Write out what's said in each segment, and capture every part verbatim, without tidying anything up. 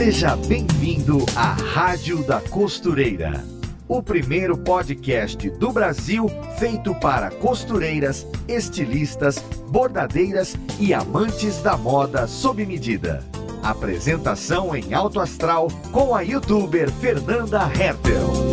Seja bem-vindo à Rádio da Costureira, o primeiro podcast do Brasil feito para costureiras, estilistas, bordadeiras e amantes da moda sob medida. Apresentação em alto astral com a youtuber Fernanda Hertel.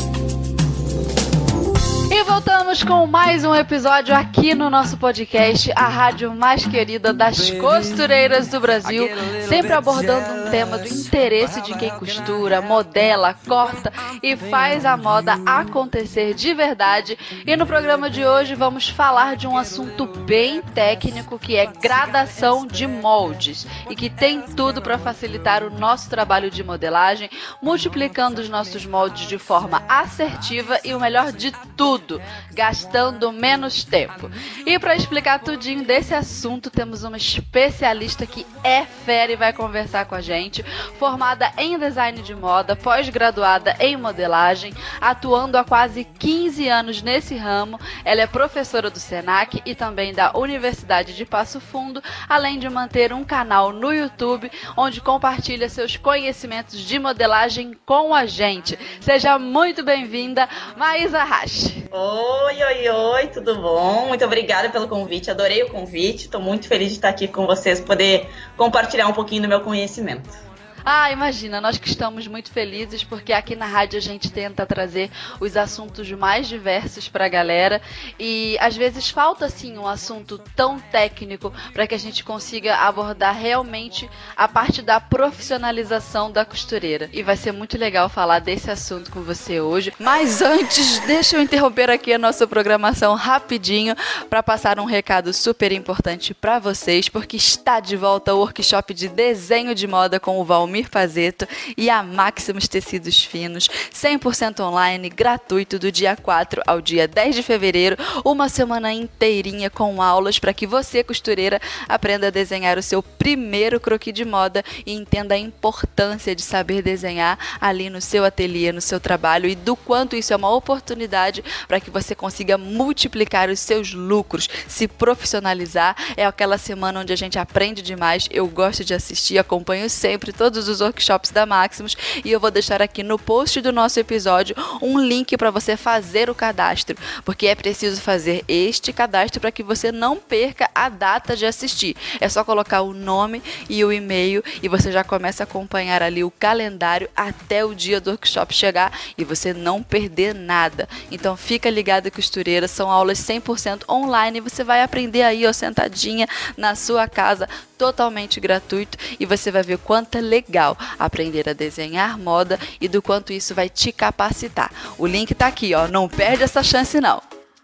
E voltamos com mais um episódio aqui no nosso podcast, a rádio mais querida das costureiras do Brasil, sempre abordando um tema do interesse de quem costura, modela, corta e faz a moda acontecer de verdade. E no programa de hoje vamos falar de um assunto bem técnico, que é gradação de moldes, e que tem tudo para facilitar o nosso trabalho de modelagem, multiplicando os nossos moldes de forma assertiva e o melhor de tudo, gastando menos tempo. E para explicar tudinho desse assunto, temos uma especialista que é fera e vai conversar com a gente, formada em design de moda, pós-graduada em modelagem, atuando há quase quinze anos nesse ramo. Ela é professora do Senac e também da Universidade de Passo Fundo, além de manter um canal no YouTube, onde compartilha seus conhecimentos de modelagem com a gente. Seja muito bem-vinda, Maísa Rache. Oi, oi, oi, tudo bom? Muito obrigada pelo convite, adorei o convite, estou muito feliz de estar aqui com vocês, poder compartilhar um pouquinho do meu conhecimento. Ah, imagina, nós que estamos muito felizes porque aqui na rádio a gente tenta trazer os assuntos mais diversos para a galera e às vezes falta assim um assunto tão técnico para que a gente consiga abordar realmente a parte da profissionalização da costureira. E vai ser muito legal falar desse assunto com você hoje. Mas antes, deixa eu interromper aqui a nossa programação rapidinho para passar um recado super importante para vocês, porque está de volta o workshop de desenho de moda com o Valmir Fazeto e a Maximus Tecidos Finos, cem por cento online, gratuito, do dia quatro ao dia dez de fevereiro, uma semana inteirinha com aulas para que você, costureira, aprenda a desenhar o seu primeiro croquis de moda e entenda a importância de saber desenhar ali no seu ateliê, no seu trabalho, e do quanto isso é uma oportunidade para que você consiga multiplicar os seus lucros, se profissionalizar. É aquela semana onde a gente aprende demais. Eu gosto de assistir, acompanho sempre todos os workshops da Maximus e eu vou deixar aqui no post do nosso episódio um link para você fazer o cadastro, porque é preciso fazer este cadastro para que você não perca a data de assistir. É só colocar o nome e o e-mail e você já começa a acompanhar ali o calendário até o dia do workshop chegar e você não perder nada. Então fica ligado, costureira, são aulas cem por cento online e você vai aprender aí, ó, sentadinha na sua casa, totalmente gratuito, e você vai ver quanto é legal aprender a desenhar moda e do quanto isso vai te capacitar. O link tá aqui, ó, não perde essa chance não.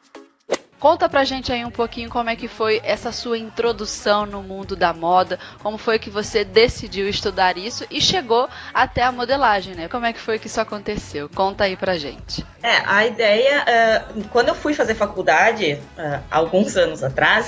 Conta pra gente aí um pouquinho como é que foi essa sua introdução no mundo da moda, como foi que você decidiu estudar isso e chegou até a modelagem, né? Como é que foi que isso aconteceu? Conta aí pra gente. É, a ideia, uh, quando eu fui fazer faculdade, uh, alguns anos atrás,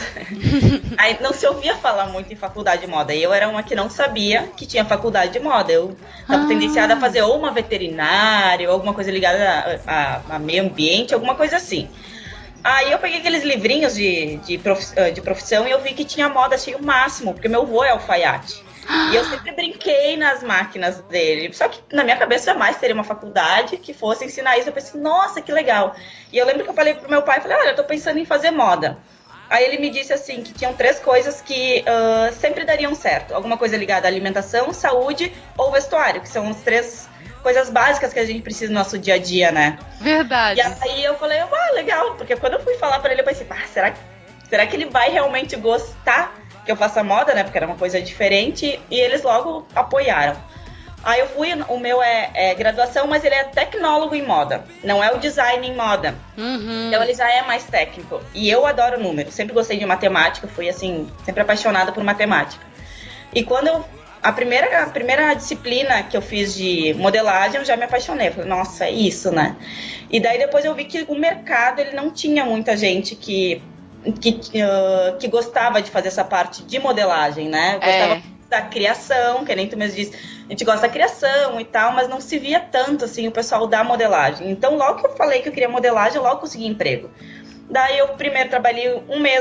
aí não se ouvia falar muito em faculdade de moda, e eu era uma que não sabia que tinha faculdade de moda. Eu estava ah. tendenciada a fazer ou uma veterinária, ou alguma coisa ligada a, a, a meio ambiente, alguma coisa assim. Aí eu peguei aqueles livrinhos de, de, prof, de profissão e eu vi que tinha moda, achei o máximo, porque meu avô é alfaiate. E eu sempre brinquei nas máquinas dele. Só que na minha cabeça jamais teria uma faculdade que fosse ensinar isso. Eu pensei, nossa, que legal. E eu lembro que eu falei pro meu pai, falei, olha, eu tô pensando em fazer moda. Aí ele me disse assim, que tinham três coisas que uh, sempre dariam certo. Alguma coisa ligada à alimentação, saúde ou vestuário, que são as três coisas básicas que a gente precisa no nosso dia a dia, né? Verdade. E aí eu falei, ah, legal, porque quando eu fui falar pra ele, eu pensei, ah, será que, será que ele vai realmente gostar que eu faça moda, né? Porque era uma coisa diferente, e eles logo apoiaram. Aí eu fui, o meu é, é graduação, mas ele é tecnólogo em moda, não é o design em moda. Uhum. Então ele já é mais técnico. E eu adoro números, sempre gostei de matemática, fui assim, sempre apaixonada por matemática. E quando eu A primeira, a primeira disciplina que eu fiz de modelagem, eu já me apaixonei. Falei, nossa, é isso, né? E daí depois eu vi que o mercado, ele não tinha muita gente que, que, uh, que gostava de fazer essa parte de modelagem, né? Eu gostava é. da criação, que nem tu mesmo disse. A gente gosta da criação e tal, mas não se via tanto, assim, o pessoal da modelagem. Então, logo que eu falei que eu queria modelagem, eu logo consegui emprego. Daí eu primeiro trabalhei um mês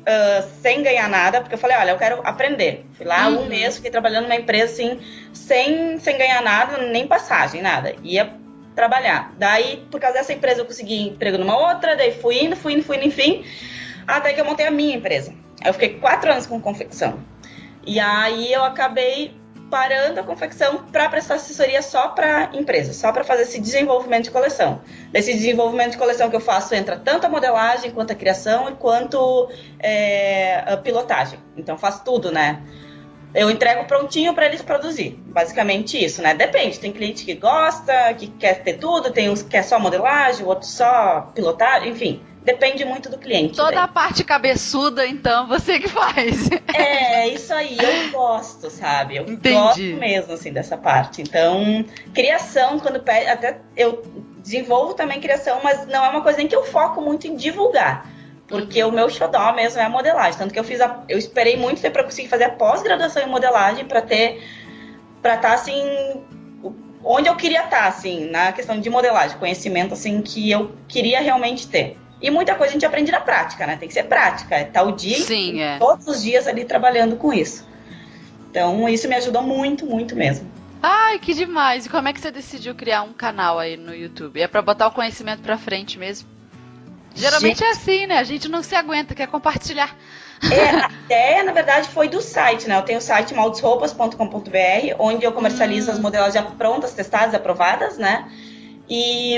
uh, sem ganhar nada, porque eu falei, olha, eu quero aprender. Fui lá Uhum. um mês, fiquei trabalhando numa empresa assim, sem, sem ganhar nada, nem passagem, nada. Ia trabalhar. Daí, por causa dessa empresa, eu consegui emprego numa outra, daí fui indo, fui indo, fui indo, enfim, até que eu montei a minha empresa. Aí eu fiquei quatro anos com confecção. E aí eu acabei parando a confecção para prestar assessoria só para empresa, só para fazer esse desenvolvimento de coleção. Nesse desenvolvimento de coleção que eu faço entra tanto a modelagem, quanto a criação e quanto é, a pilotagem. Então faço tudo, né? Eu entrego prontinho para eles produzir. Basicamente isso, né? Depende, tem cliente que gosta, que quer ter tudo, tem uns que quer só modelagem, o outro só pilotagem, enfim. Depende muito do cliente. Toda daí. a parte cabeçuda, então, você que faz. É, isso aí, eu gosto, sabe? Eu Entendi. gosto mesmo, assim, dessa parte. Então, criação, quando pede, até eu desenvolvo também criação, mas não é uma coisa em que eu foco muito em divulgar. Porque uhum. o meu xodó mesmo é a modelagem. Tanto que eu fiz a, eu esperei muito tempo para conseguir fazer a pós-graduação em modelagem para ter, para estar, assim, onde eu queria estar, assim, na questão de modelagem. Conhecimento, assim, que eu queria realmente ter. E muita coisa a gente aprende na prática, né? Tem que ser prática. É tal dia, Sim, é. todos os dias ali trabalhando com isso. Então, isso me ajudou muito, muito mesmo. Ai, que demais. E como é que você decidiu criar um canal aí no YouTube? É pra botar o conhecimento pra frente mesmo? Geralmente gente... é assim, né? A gente não se aguenta, quer compartilhar. É, a ideia, na verdade, foi do site, né? Eu tenho o site moldes roupas ponto com ponto b r, onde eu comercializo hum. as modelagens já prontas, testadas, aprovadas, né? E...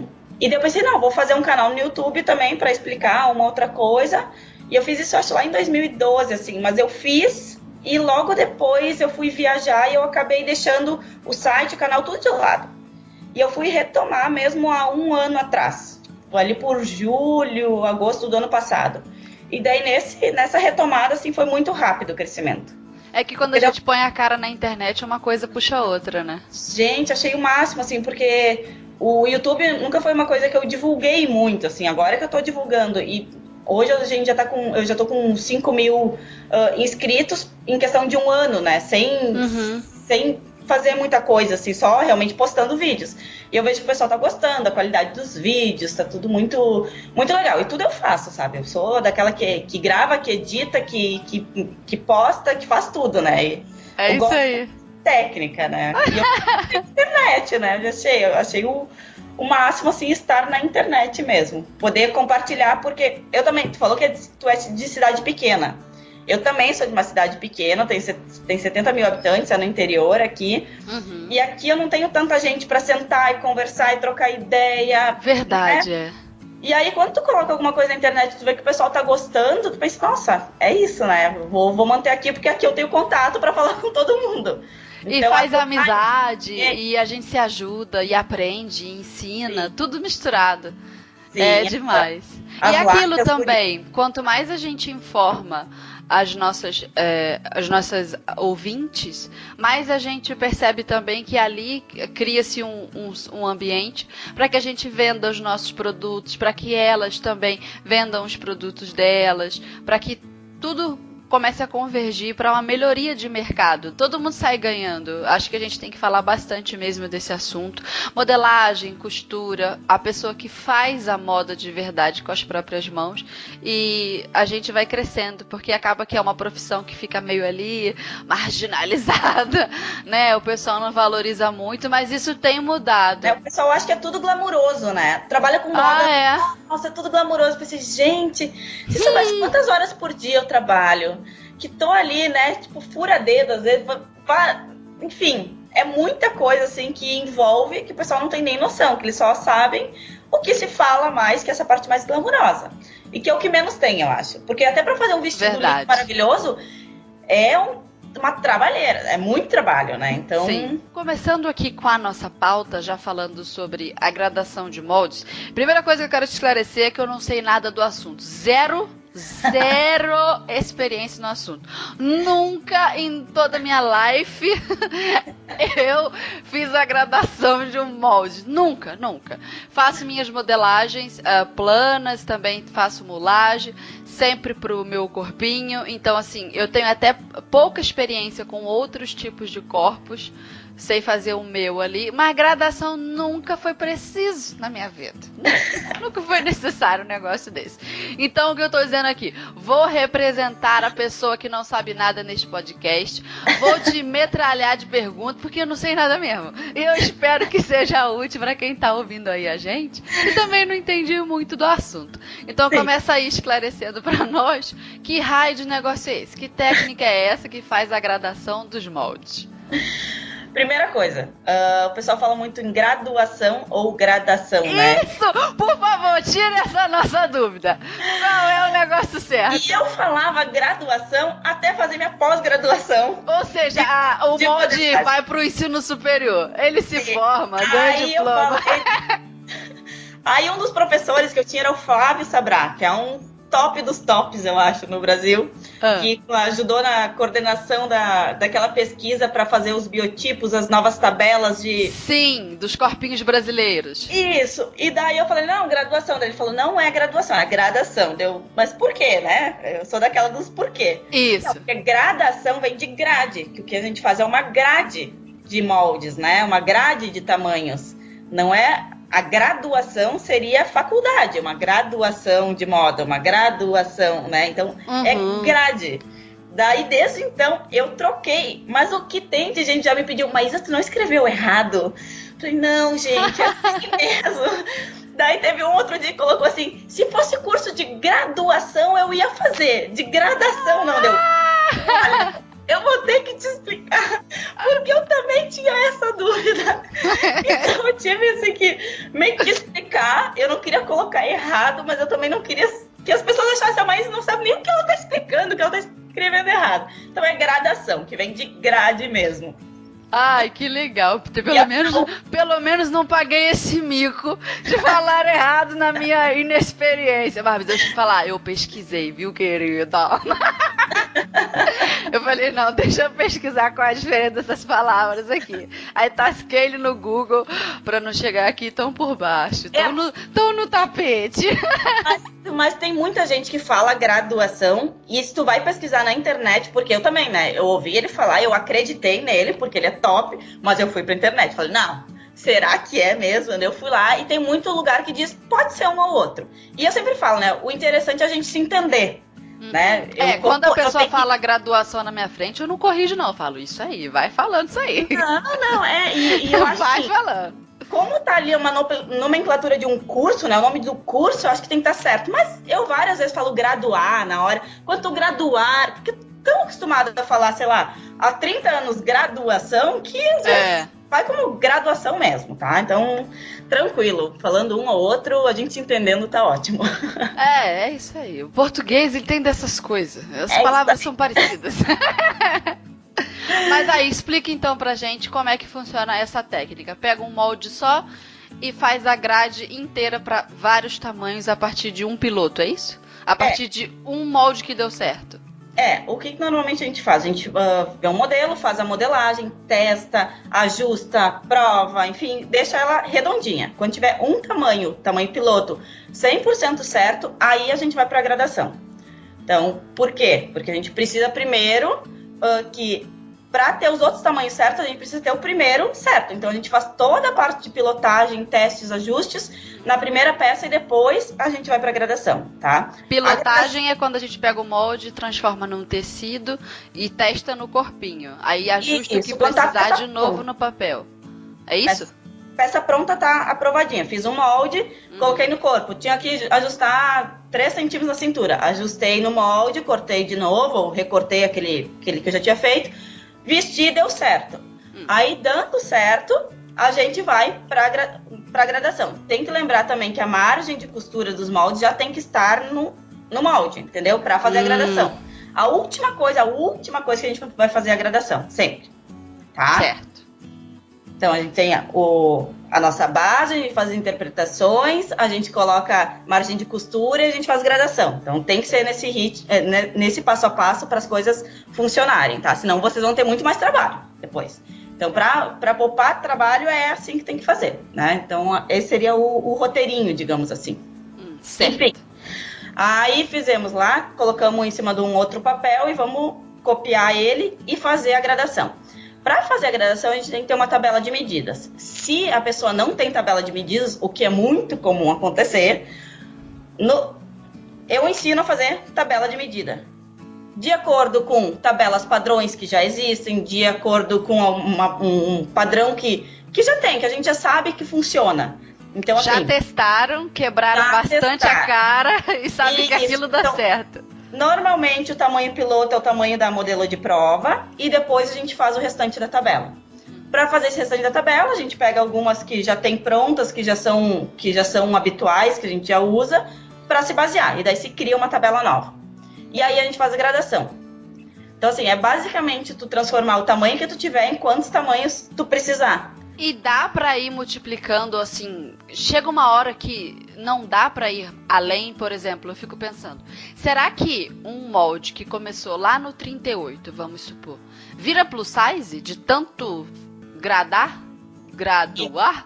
E daí eu pensei, não, vou fazer um canal no YouTube também para explicar uma outra coisa. E eu fiz isso, acho, lá em dois mil e doze, assim. Mas eu fiz e logo depois eu fui viajar e eu acabei deixando o site, o canal, tudo de lado. E eu fui retomar mesmo há um ano atrás. Ali por julho, agosto do ano passado. E daí nesse, nessa retomada, assim, foi muito rápido o crescimento. É que quando a gente põe a cara na internet, uma coisa puxa a outra, né? Gente, achei o máximo, assim, porque... O YouTube nunca foi uma coisa que eu divulguei muito, assim, agora que eu tô divulgando. E hoje a gente já tá com, eu já tô com cinco mil uh, inscritos em questão de um ano, né? Sem, uhum. sem fazer muita coisa, assim, só realmente postando vídeos. E eu vejo que o pessoal tá gostando, a qualidade dos vídeos, tá tudo muito, muito legal. E tudo eu faço, sabe? Eu sou daquela que, que grava, que edita, que, que, que posta, que faz tudo, né? E é isso aí. Técnica, né? E eu internet, né? Eu achei, eu achei o, o máximo, assim, estar na internet mesmo. Poder compartilhar, porque eu também, tu falou que tu é de cidade pequena. Eu também sou de uma cidade pequena, tenho, tenho setenta mil habitantes, é no interior aqui. Uhum. E aqui eu não tenho tanta gente pra sentar e conversar e trocar ideia. Verdade, né? é. E aí, quando tu coloca alguma coisa na internet, tu vê que o pessoal tá gostando, tu pensa, nossa, é isso, né? Vou, vou manter aqui, porque aqui eu tenho contato pra falar com todo mundo. E então, faz a amizade, é... e a gente se ajuda, e aprende, e ensina, Sim. tudo misturado. Sim, é demais. E aquilo também, por... quanto mais a gente informa as nossas, é, as nossas ouvintes, mais a gente percebe também que ali cria-se um, um, um ambiente para que a gente venda os nossos produtos, para que elas também vendam os produtos delas, para que tudo comece a convergir para uma melhoria de mercado. Todo mundo sai ganhando. Acho que a gente tem que falar bastante mesmo desse assunto. Modelagem, costura, a pessoa que faz a moda de verdade com as próprias mãos, e a gente vai crescendo, porque acaba que é uma profissão que fica meio ali marginalizada, né? O pessoal não valoriza muito, mas isso tem mudado. É, o pessoal acha que é tudo glamuroso, né? Trabalha com moda. Ah, é? Nossa, é tudo glamuroso. Eu pensei, gente, se soubesse quantas horas por dia eu trabalho, que tô ali, né, tipo, fura dedo, às vezes, pra... enfim, é muita coisa, assim, que envolve, que o pessoal não tem nem noção, que eles só sabem o que se fala mais, que é essa parte mais glamurosa, e que é o que menos tem, eu acho, porque até pra fazer um vestido lindo, maravilhoso, é um, uma trabalheira, é muito trabalho, né, então... Sim. Começando aqui com a nossa pauta, já falando sobre a gradação de moldes, primeira coisa que eu quero te esclarecer é que eu não sei nada do assunto, zero... Zero experiência no assunto. Nunca em toda a minha life eu fiz a gradação de um molde. Nunca, nunca. Faço minhas modelagens uh, planas, também faço mulagem, sempre pro meu corpinho. Então, assim, eu tenho até pouca experiência com outros tipos de corpos. sei fazer o meu ali, mas gradação nunca foi preciso na minha vida. Nunca foi necessário um negócio desse. Então, o que eu tô dizendo aqui, vou representar a pessoa que não sabe nada neste podcast, vou te metralhar de perguntas, porque eu não sei nada mesmo. E eu espero que seja útil para quem tá ouvindo aí a gente, e também não entendi muito do assunto. Então, começa aí esclarecendo para nós que raio de negócio é esse, que técnica é essa que faz a gradação dos moldes. Primeira coisa, uh, o pessoal fala muito em graduação ou gradação, né? Isso! Por favor, tire essa nossa dúvida. Qual é o negócio certo? E eu falava graduação até fazer minha pós-graduação. Ou seja, de, a, o de molde poder... vai pro ensino superior. Ele se Sim. forma, ganha Aí diploma. Falei... Aí um dos professores que eu tinha era o Flávio Sabrá, que é um top dos tops, eu acho, no Brasil, ah. que ajudou na coordenação da, daquela pesquisa para fazer os biotipos, as novas tabelas de... Sim, dos corpinhos brasileiros. Isso, e daí eu falei, não, graduação. Daí ele falou, não é graduação, é gradação. Deu, mas por quê, né? Eu sou daquela dos porquê. Isso. Não, porque gradação vem de grade, que o que a gente faz é uma grade de moldes, né? Uma grade de tamanhos. Não é... A graduação seria faculdade, uma graduação de moda, uma graduação, né? Então, uhum. é grade. Daí, desde então, eu troquei. Mas o que tem de gente já me pediu, Maísa, tu não escreveu errado? Eu falei, não, gente, é assim mesmo. Daí teve um outro dia que colocou assim, se fosse curso de graduação, eu ia fazer. De gradação, não deu. Olha, eu vou ter que te explicar, porque eu também tinha essa dúvida. Então eu tive assim, que meio que explicar. Eu não queria colocar errado, mas eu também não queria que as pessoas achassem, mas não sabem nem o que ela está explicando, o que ela está escrevendo errado. Então é gradação, que vem de grade mesmo. Ai, que legal. Pelo menos, pelo menos não paguei esse mico de falar errado na minha inexperiência. Mas deixa eu te falar, eu pesquisei, viu, querida? Eu falei, não, deixa eu pesquisar qual é a diferença dessas palavras aqui. Aí tasquei ele no Google pra não chegar aqui tão por baixo, tão, é. no, tão no tapete. Mas, mas tem muita gente que fala graduação, e se tu vai pesquisar na internet, porque eu também, né, eu ouvi ele falar, eu acreditei nele, porque ele é top, mas eu fui pra internet, falei, não, será que é mesmo? Eu fui lá e tem muito lugar que diz, pode ser um ou outro. E eu sempre falo, né, o interessante é a gente se entender. Hum. Né? É, eu, quando a pessoa que... fala graduação na minha frente, eu não corrijo não, eu falo isso aí, vai falando isso aí. Não, não, é, e, e eu acho vai que, falando. Como tá ali uma nomenclatura de um curso, né, o nome do curso, eu acho que tem que estar certo, mas eu várias vezes falo graduar na hora, quanto graduar, porque tão acostumada a falar, sei lá, há trinta anos graduação, que às vezes é. vai como graduação mesmo, tá? Então, tranquilo, falando um ou outro, a gente se entendendo tá ótimo. É, é isso aí. O português, ele tem dessas coisas. As é palavras são parecidas. Mas aí, explica então pra gente como é que funciona essa técnica. Pega um molde só e faz a grade inteira para vários tamanhos a partir de um piloto, é isso? A partir é. de um molde que deu certo. É, o que normalmente a gente faz? A gente uh, vê um modelo, faz a modelagem, testa, ajusta, prova, enfim, deixa ela redondinha. Quando tiver um tamanho, tamanho piloto, cem por cento certo, aí a gente vai para a gradação. Então, por quê? Porque a gente precisa primeiro uh, que, para ter os outros tamanhos certos, a gente precisa ter o primeiro certo. Então, a gente faz toda a parte de pilotagem, testes, ajustes na primeira peça e depois a gente vai para a gradação, tá? Pilotagem gradação... é quando a gente pega o molde, transforma num tecido e testa no corpinho. Aí ajusta isso, o que precisar de novo pronta. no papel. É isso? Peça, peça pronta tá aprovadinha. Fiz um molde, hum. coloquei no corpo. Tinha que ajustar três centímetros na cintura. Ajustei no molde, cortei de novo, ou recortei aquele, aquele que eu já tinha feito. Vesti, deu certo. Hum. Aí, dando certo, a gente vai para gra- a gradação. Tem que lembrar também que a margem de costura dos moldes já tem que estar no, no molde, entendeu? Para fazer hum. a gradação. A última coisa, a última coisa que a gente vai fazer é a gradação, sempre. Tá? Certo. Então, a gente tem a, o, a nossa base, a gente faz interpretações, a gente coloca margem de costura e a gente faz gradação. Então, tem que ser nesse, rit, nesse passo a passo para as coisas funcionarem, tá? Senão, vocês vão ter muito mais trabalho depois. Então, para poupar trabalho, é assim que tem que fazer, né? Então, esse seria o, o roteirinho, digamos assim. Hum, certo. Enfim. Aí, fizemos lá, colocamos em cima de um outro papel e vamos copiar ele e fazer a gradação. Para fazer a gradação, a gente tem que ter uma tabela de medidas. Se a pessoa não tem tabela de medidas, o que é muito comum acontecer, no, eu ensino a fazer tabela de medida. De acordo com tabelas padrões que já existem, de acordo com uma, um, um padrão que, que já tem, que a gente já sabe que funciona. Então, já assim, testaram, quebraram bastante testaram. a cara e sabem que aquilo dá então, certo. Normalmente o tamanho piloto é o tamanho da modelo de prova e depois a gente faz o restante da tabela. Para fazer esse restante da tabela, a gente pega algumas que já tem prontas, que já são, que já são habituais, que a gente já usa, para se basear. E daí se cria uma tabela nova. E aí a gente faz a gradação. Então, assim, é basicamente tu transformar o tamanho que tu tiver em quantos tamanhos tu precisar. E dá para ir multiplicando, assim, chega uma hora que não dá para ir além, por exemplo, eu fico pensando, será que um molde que começou lá no trinta e oito, vamos supor, vira plus size de tanto gradar? Graduar?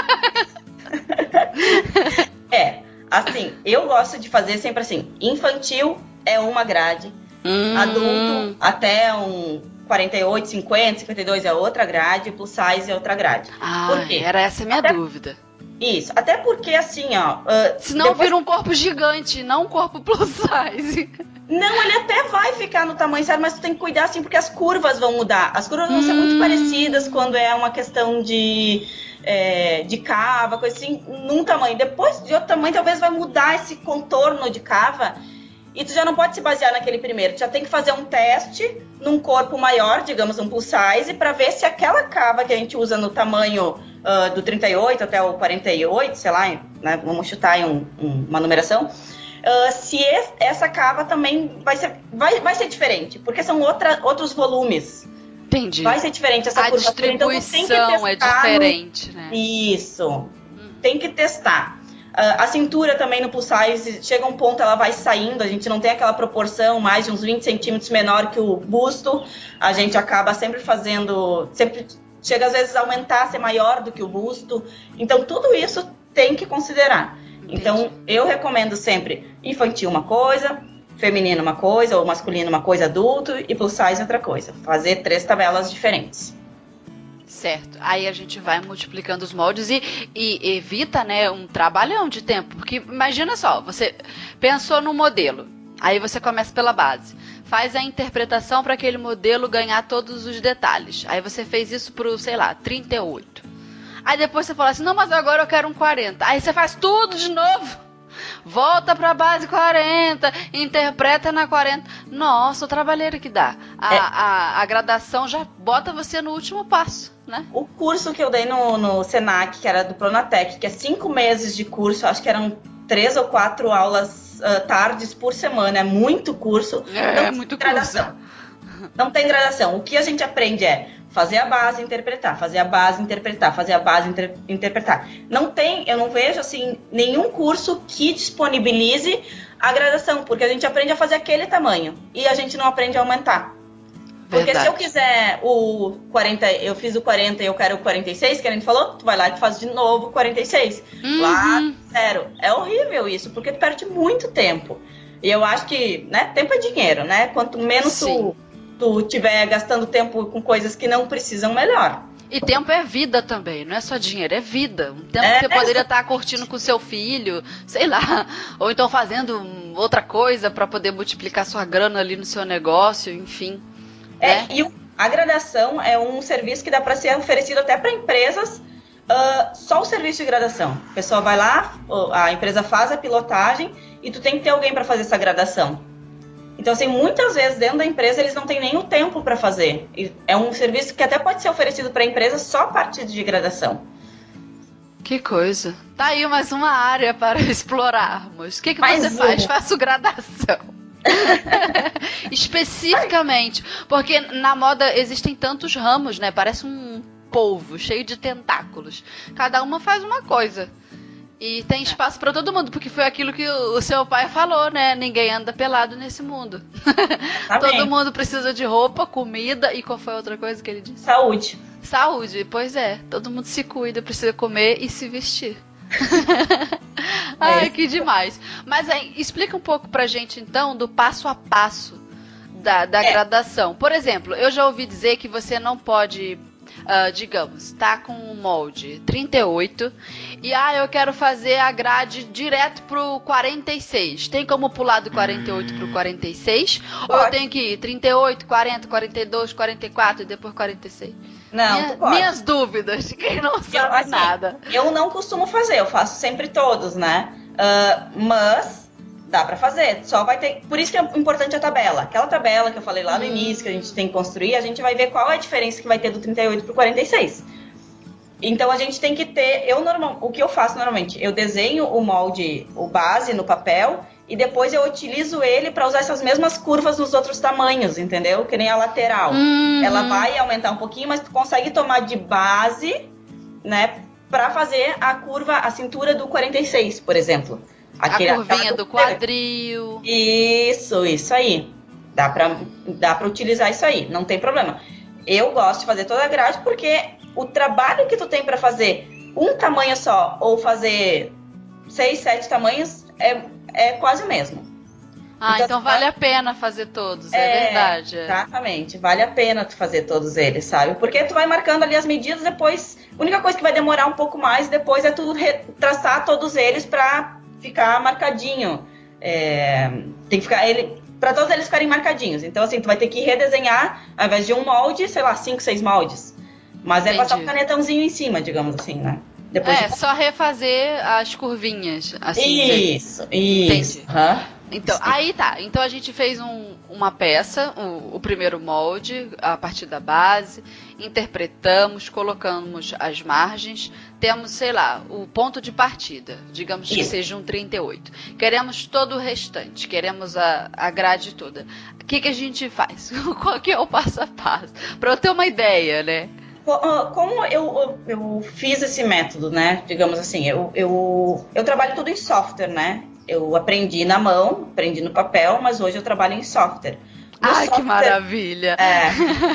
É, assim, eu gosto de fazer sempre assim, infantil é uma grade, hum. adulto até um... quarenta e oito, cinquenta, cinquenta e dois é outra grade, plus size é outra grade. Ah, Por quê? Era essa a minha até, dúvida. Isso, até porque assim, ó... Uh, Senão depois... vira um corpo gigante, não um corpo plus size. Não, ele até vai ficar no tamanho certo, mas tu tem que cuidar assim, porque as curvas vão mudar. As curvas vão hum. ser muito parecidas quando é uma questão de, é, de cava, coisa assim, num tamanho. Depois de outro tamanho, talvez vai mudar esse contorno de cava. E tu já não pode se basear naquele primeiro. Tu já tem que fazer um teste num corpo maior, digamos, um plus size, para ver se aquela cava que a gente usa no tamanho uh, do trinta e oito até o quarenta e oito, sei lá, né, vamos chutar em um, um, uma numeração, uh, se esse, essa cava também vai ser, vai, vai ser diferente, porque são outra, outros volumes. Entendi. Vai ser diferente essa a curva. Distribuição então, tem que testar é diferente, no... né? Isso. Hum. Tem que testar. Uh, a cintura também no plus size, chega um ponto ela vai saindo, a gente não tem aquela proporção mais de uns vinte centímetros menor que o busto, a gente acaba sempre fazendo, sempre chega às vezes a aumentar, ser maior do que o busto, então tudo isso tem que considerar. Entendi. Então eu recomendo sempre infantil uma coisa, feminino uma coisa, ou masculino uma coisa, adulto, e plus size outra coisa, fazer três tabelas diferentes. Certo, aí a gente vai multiplicando os moldes e, e evita, né, um trabalhão de tempo, porque imagina só, você pensou no modelo, aí você começa pela base, faz a interpretação para aquele modelo ganhar todos os detalhes, aí você fez isso pro, sei lá, trinta e oito, aí depois você fala assim, não, mas agora eu quero um quarenta, aí você faz tudo de novo, volta pra base quarenta, interpreta na quarenta. Nossa, o trabalheiro que dá. A, é. a, a gradação já bota você no último passo, né? O curso que eu dei no, no Senac, que era do Pronatec, que é cinco meses de curso, acho que eram três ou quatro aulas uh, tardes por semana, é muito curso. É, é muito gradação. curso. Não tem gradação. O que a gente aprende é fazer a base, interpretar, fazer a base, interpretar, fazer a base, inter- interpretar. Não tem, eu não vejo assim nenhum curso que disponibilize a gradação, porque a gente aprende a fazer aquele tamanho e a gente não aprende a aumentar. Porque Verdade. Se eu quiser o quarenta, eu fiz o quarenta e eu quero o quarenta e seis, que a gente falou, tu vai lá e faz de novo o quarenta e seis. Uhum. Lá, zero. É horrível isso, porque tu perde muito tempo. E eu acho que, né, tempo é dinheiro, né? Quanto menos Sim. tu tu estiver gastando tempo com coisas que não precisam, melhor. E tempo é vida também, não é só dinheiro, é vida. Um tempo é, que você poderia estar curtindo com seu filho, sei lá, ou então fazendo outra coisa para poder multiplicar sua grana ali no seu negócio, enfim. É, né? E o, a gradação é um serviço que dá para ser oferecido até para empresas, uh, só o serviço de gradação. A pessoa vai lá, a empresa faz a pilotagem e tu tem que ter alguém para fazer essa gradação. Então, assim, muitas vezes dentro da empresa eles não têm nem o tempo para fazer. E é um serviço que até pode ser oferecido para a empresa só a partir de gradação. Que coisa. Tá aí mais uma área para explorarmos. O que, que você um. faz? Faço gradação. Especificamente. Porque na moda existem tantos ramos, né? Parece um polvo cheio de tentáculos. Cada uma faz uma coisa. E tem espaço pra todo mundo, porque foi aquilo que o seu pai falou, né? Ninguém anda pelado nesse mundo. Tá todo bem. Mundo precisa de roupa, comida e qual foi a outra coisa que ele disse? Saúde. Saúde, pois é. Todo mundo se cuida, precisa comer e se vestir. Ai, é. Que demais. Mas aí, explica um pouco pra gente, então, do passo a passo da, da É. gradação. Por exemplo, eu já ouvi dizer que você não pode, uh, digamos, tá com um molde trinta e oito e ah, eu quero fazer a grade direto pro quarenta e seis. Tem como pular do quarenta e oito pro quarenta e seis? Ou eu Pode. tenho que ir trinta e oito, quarenta, quarenta e dois, quarenta e quatro e depois quarenta e seis? Não, Minha- tu pode. minhas dúvidas, quem não sabe Eu, assim, nada. Eu não costumo fazer, eu faço sempre todos, né? Ah, mas dá pra fazer, só vai ter... Por isso que é importante a tabela. Aquela tabela que eu falei lá no Hum. início, que a gente tem que construir, a gente vai ver qual é a diferença que vai ter do trinta e oito pro quarenta e seis. Então a gente tem que ter... Eu normal, o que eu faço normalmente? Eu desenho o molde, o base no papel, e depois eu utilizo ele para usar essas mesmas curvas nos outros tamanhos, entendeu? Que nem a lateral. Uhum. Ela vai aumentar um pouquinho, mas tu consegue tomar de base, né, para fazer a curva, a cintura do quarenta e seis, por exemplo. Aquele, a curvinha aquela do quadril. Isso, isso aí. Dá pra, dá pra utilizar isso aí, não tem problema. Eu gosto de fazer toda a grade porque o trabalho que tu tem para fazer um tamanho só ou fazer seis, sete tamanhos é, é quase o mesmo. Ah, então, Então, vale tá- a pena fazer todos, é, verdade. é. Exatamente, vale a pena tu fazer todos eles, sabe? Porque tu vai marcando ali as medidas, depois... A única coisa que vai demorar um pouco mais depois é tu re- traçar todos eles pra ficar marcadinho. É, tem que ficar... ele para todos eles ficarem marcadinhos. Então, assim, tu vai ter que redesenhar, ao invés de um molde, sei lá, cinco, seis moldes. Mas é Entendi. passar um canetãozinho em cima, digamos assim, né? Depois É, de... só refazer as curvinhas, assim dizer. Isso, isso. Entendi. Aham. Então, Sim. aí tá. Então a gente fez um- uma peça, o, o primeiro molde, a partir da base, interpretamos, colocamos as margens, temos, sei lá, o ponto de partida, digamos que Isso. seja um trinta e oito. Queremos todo o restante, queremos a, a grade toda. O que, que a gente faz? Qual que é o passo a passo? Pra eu ter uma ideia, né? Como eu, eu fiz esse método, né? Digamos assim, eu, eu, eu trabalho tudo em software, né? Eu aprendi na mão, aprendi no papel, mas hoje eu trabalho em software. No Ai, software, que maravilha! É.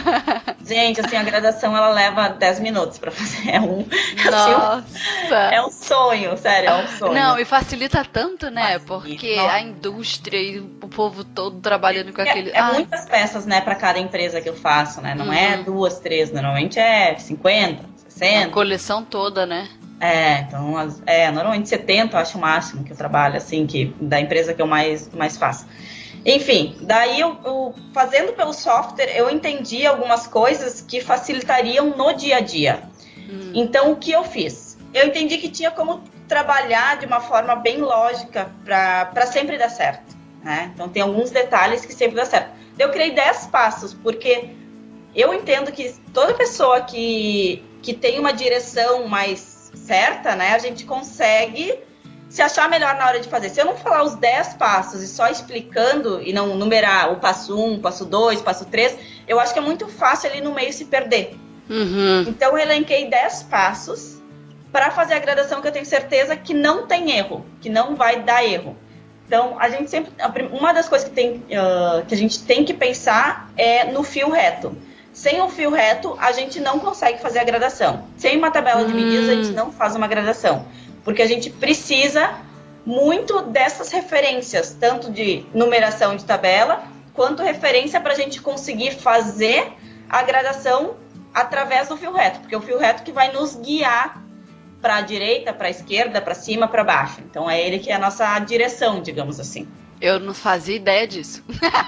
Gente, assim, a graduação ela leva dez minutos pra fazer. É um, Nossa! assim, é um sonho, sério, é um sonho. Não, e facilita tanto, né? Facilita, Porque nossa. a indústria e o povo todo trabalhando com É, aquele. é Ai, muitas peças, né, para cada empresa que eu faço, né? Não Uhum. é duas, três, normalmente é cinquenta, a sessenta. coleção toda, né? É, então, as- é, normalmente setenta eu acho o máximo que eu trabalho, assim, que, da empresa que eu mais, mais faço. Enfim, daí eu, eu, fazendo pelo software, eu entendi algumas coisas que facilitariam no dia a dia. Hum. Então, o que eu fiz? Eu entendi que tinha como trabalhar de uma forma bem lógica para sempre dar certo, né? Então, tem alguns detalhes que sempre dá certo. Eu criei dez passos, porque eu entendo que toda pessoa que, que tem uma direção mais certa, né, a gente consegue se achar melhor na hora de fazer. Se eu não falar os dez passos e só explicando e não numerar o passo um, passo dois, passo três, eu acho que é muito fácil ali no meio se perder. Uhum. Então, eu elenquei dez passos para fazer a gradação que eu tenho certeza que não tem erro, que não vai dar erro. Então, a gente sempre... Uma das coisas que, tem, uh, que a gente tem que pensar é no fio reto. Sem o fio reto, a gente não consegue fazer a gradação. Sem uma tabela de medidas, a gente não faz uma gradação. Porque a gente precisa muito dessas referências, tanto de numeração de tabela, quanto referência para a gente conseguir fazer a gradação através do fio reto. Porque é o fio reto que vai nos guiar para a direita, para a esquerda, para cima, para baixo. Então é ele que é a nossa direção, digamos assim. Eu não fazia ideia disso.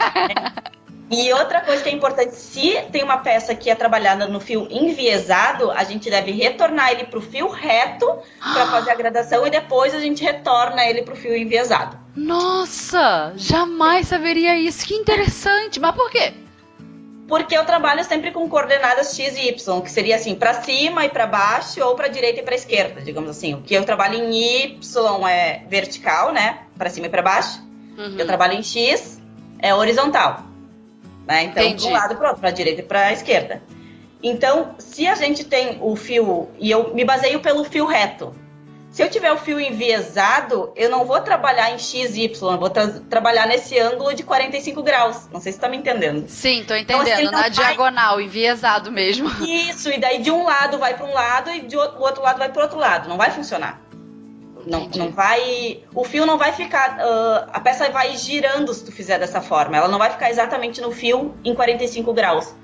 E outra coisa que é importante, se tem uma peça que é trabalhada no fio enviesado, a gente deve retornar ele para o fio reto para fazer a gradação e depois a gente retorna ele para o fio enviesado. Nossa! Jamais saberia isso. Que interessante. Mas por quê? Porque eu trabalho sempre com coordenadas X e Y, que seria assim, para cima e para baixo ou para direita e para esquerda, digamos assim. O que eu trabalho em Y é vertical, né? Para cima e para baixo. Uhum. Eu trabalho em X é horizontal. Né? Então, Entendi. de um lado para o outro, para a direita e para a esquerda. Então, se a gente tem o fio, e eu me baseio pelo fio reto, se eu tiver o fio enviesado, eu não vou trabalhar em X Y, eu vou tra- trabalhar nesse ângulo de quarenta e cinco graus. Não sei se você está me entendendo. Sim, tô Então, assim, entendendo. ele não Na vai- diagonal, enviesado mesmo. Isso, e daí de um lado vai para um lado e do outro lado vai para o outro lado. Não vai funcionar. Não, não vai... O fio não vai ficar... Uh, a peça vai girando se tu fizer dessa forma. Ela não vai ficar exatamente no fio em quarenta e cinco graus.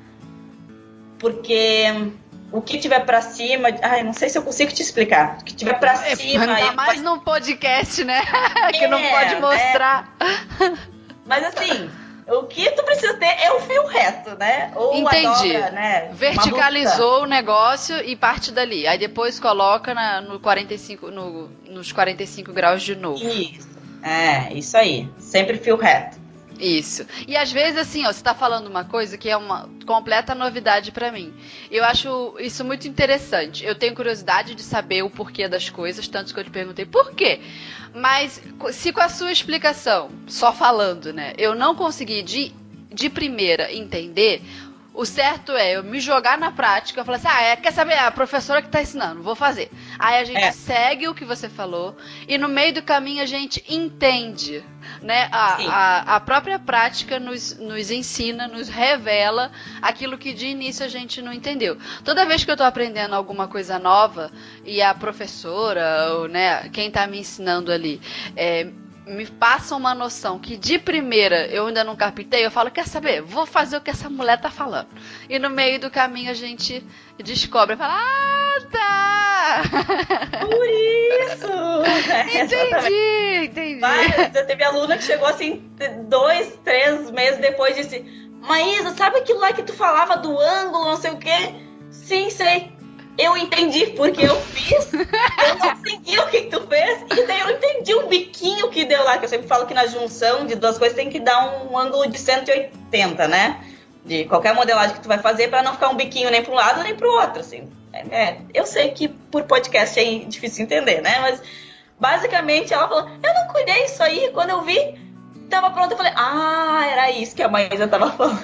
Porque o que tiver pra cima... Ai, não sei se eu consigo te explicar. O que tiver pra é, cima... Ainda mais vai... num podcast, né? que é, não pode mostrar. Né? Mas assim... O que tu precisa ter é o fio reto, né? Ou Entendi. Uma dobra, né? Verticalizou o negócio e parte dali. Aí depois coloca na, no quarenta e cinco, no, nos quarenta e cinco graus de novo. Isso. É, isso aí. Sempre fio reto. Isso. E às vezes, assim, ó, você tá falando uma coisa que é uma completa novidade pra mim. Eu acho isso muito interessante. Eu tenho curiosidade de saber o porquê das coisas, tanto que eu te perguntei por quê. Mas se com a sua explicação, só falando, né, eu não consegui de, de primeira entender, o certo é eu me jogar na prática, eu falar assim, ah, é, quer saber, é a professora que tá ensinando, vou fazer. Aí a gente é. segue o que você falou e no meio do caminho a gente entende, né, a, a, a própria prática nos, nos ensina, nos revela aquilo que de início a gente não entendeu. Toda vez que eu tô aprendendo alguma coisa nova e a professora, ou, né, quem tá me ensinando ali, é, me passa uma noção que de primeira eu ainda não captei, eu falo, quer saber, vou fazer o que essa mulher tá falando. E no meio do caminho a gente descobre, fala, ah, tá! Por isso! É, entendi, entendi. Mas, já teve aluna que chegou assim, dois, três meses depois e disse, Maísa, sabe aquilo lá que tu falava do ângulo, não sei o quê? Sim, sei. Eu entendi porque eu fiz, eu não entendi o que tu fez, e daí eu entendi um biquinho que deu lá, que eu sempre falo que na junção de duas coisas tem que dar um ângulo de cento e oitenta, né? De qualquer modelagem que tu vai fazer, para não ficar um biquinho nem para um lado nem para o outro, assim. É, eu sei que por podcast é difícil entender, né? Mas basicamente ela falou, eu não cuidei isso aí, quando eu vi... Tava pronto, eu falei, ah, era isso que a Maísa tava falando.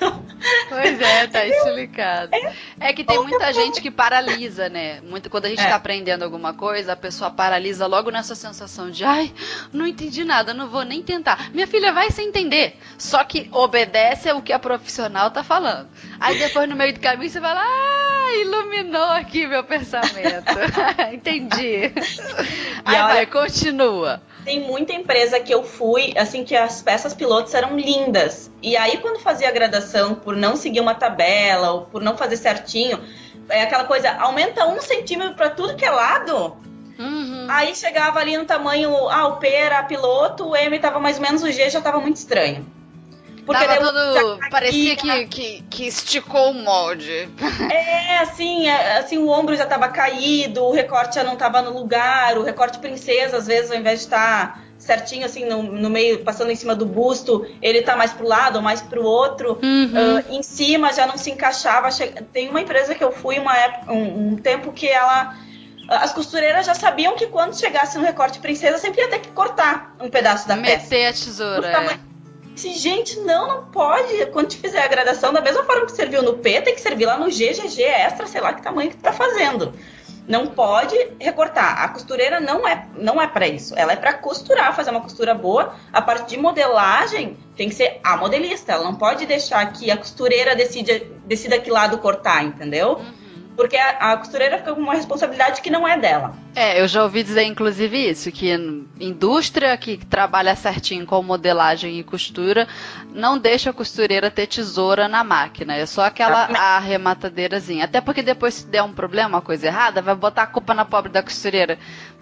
Pois é, tá explicado. É que tem muita gente que paralisa, né? Muito, quando a gente é. tá aprendendo alguma coisa, a pessoa paralisa logo nessa sensação de, ai, não entendi nada, não vou nem tentar. Minha filha vai sem entender, só que obedece ao que a profissional tá falando. Aí depois no meio do caminho você fala, ah, iluminou aqui meu pensamento. Entendi. Aí olha, vai, continua. Tem muita empresa que eu fui, assim, que as peças pilotos eram lindas. E aí, quando fazia a gradação, por não seguir uma tabela, ou por não fazer certinho, é aquela coisa, aumenta um centímetro para tudo que é lado. Uhum. Aí chegava ali no tamanho, ah, o P era piloto, o M tava mais ou menos, o G já tava muito estranho. Porque tava todo, parecia que, que, que esticou o molde. É, assim, assim, o ombro já tava caído, o recorte já não tava no lugar, o recorte princesa, às vezes, ao invés de estar certinho, assim, no, no meio, passando em cima do busto, ele tá mais pro lado ou mais pro outro. Uhum. Uh, em cima já não se encaixava. Tem uma empresa que eu fui uma época, um, um tempo que ela... As costureiras já sabiam que quando chegasse no recorte princesa, sempre ia ter que cortar um pedaço da Meter peça. Meter a tesoura, é. Disse, gente, não, não pode. Quando te fizer a gradação, da mesma forma que serviu no P, tem que servir lá no G, G G, extra, sei lá que tamanho que tu tá fazendo. Não pode recortar. A costureira não é, não é para isso. Ela é para costurar, fazer uma costura boa. A parte de modelagem tem que ser a modelista. Ela não pode deixar que a costureira decida, decida que lado cortar, entendeu? Uhum. Porque a, a costureira fica com uma responsabilidade que não é dela. É, eu já ouvi dizer, inclusive, isso, que indústria que trabalha certinho com modelagem e costura não deixa a costureira ter tesoura na máquina. É só aquela ah, arrematadeirazinha. Até porque depois, se der um problema, uma coisa errada, vai botar a culpa na pobre da costureira.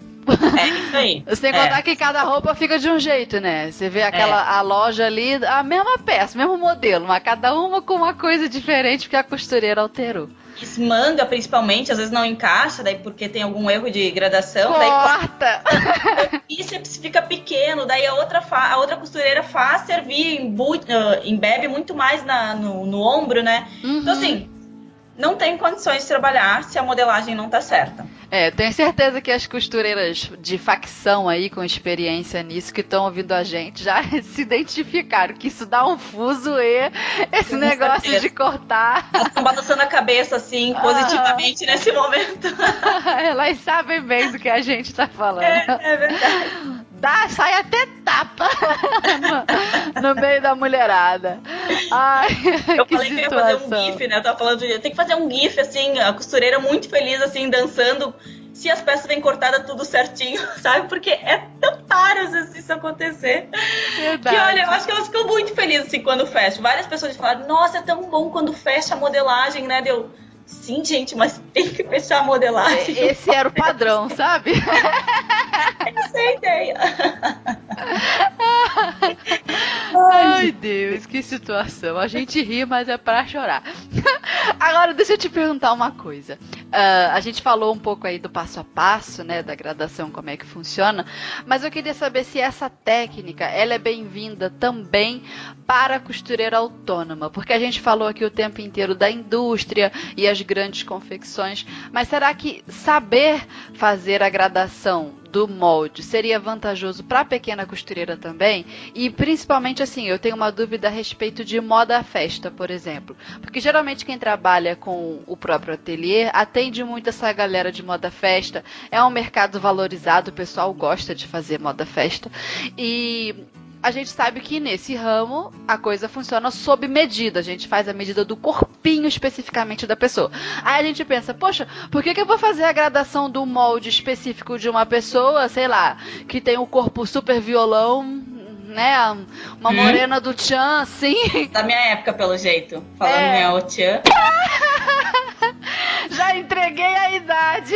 É isso aí. Sem contar é. que cada roupa fica de um jeito, né? Você vê aquela é. a loja ali, a mesma peça, mesmo modelo, mas cada uma com uma coisa diferente porque a costureira alterou. Manga, principalmente, às vezes não encaixa, daí porque tem algum erro de gradação. Corta! Daí, o bíceps fica pequeno, daí a outra, fa- a outra costureira faz servir, embu- uh, embebe muito mais na, no, no ombro, né? Uhum. Então, assim, não tem condições de trabalhar se a modelagem não tá certa. É, tenho certeza que as costureiras de facção aí, com experiência nisso, que estão ouvindo a gente, já se identificaram que isso dá um fuso e esse com negócio certeza. De cortar. Elas estão balançando a cabeça, assim, positivamente ah. nesse momento. Elas sabem bem do que a gente tá falando. É, é verdade. Dá, sai até tapa no, no meio da mulherada. Ai, eu que falei situação. Que ia fazer um gif, né? Eu tava falando, tem que fazer um gif, assim, a costureira muito feliz, assim, dançando, se as peças vêm cortadas tudo certinho, sabe? Porque é tão raro assim, isso acontecer. Verdade. Que olha, eu acho que elas ficam muito felizes assim, quando fecham. Várias pessoas falaram, nossa, é tão bom quando fecha a modelagem, né? Deu, sim, gente, mas tem que fechar a modelagem. Esse era o padrão, sabe? Essa é a ideia. Ai, Deus, que situação. A gente ri, mas é pra chorar. Agora, deixa eu te perguntar uma coisa. Uh, a gente falou um pouco aí do passo a passo, né, da gradação, como é que funciona, mas eu queria saber se essa técnica, ela é bem-vinda também para a costureira autônoma, porque a gente falou aqui o tempo inteiro da indústria e as grandes confecções, mas será que saber fazer a gradação do molde seria vantajoso para a pequena costureira também? E principalmente assim, eu tenho uma dúvida a respeito de moda festa, por exemplo, porque geralmente quem trabalha com o próprio ateliê atende muito essa galera de moda festa, é um mercado valorizado, o pessoal gosta de fazer moda festa, e a gente sabe que nesse ramo a coisa funciona sob medida. A gente faz a medida do corpinho especificamente da pessoa. Aí a gente pensa, poxa, por que, que eu vou fazer a gradação do molde específico de uma pessoa, sei lá, que tem um corpo super violão, né? Uma morena hum. do Tchan, assim. Da minha época, pelo jeito. Falando é. minha o Tchan. Já entreguei a idade.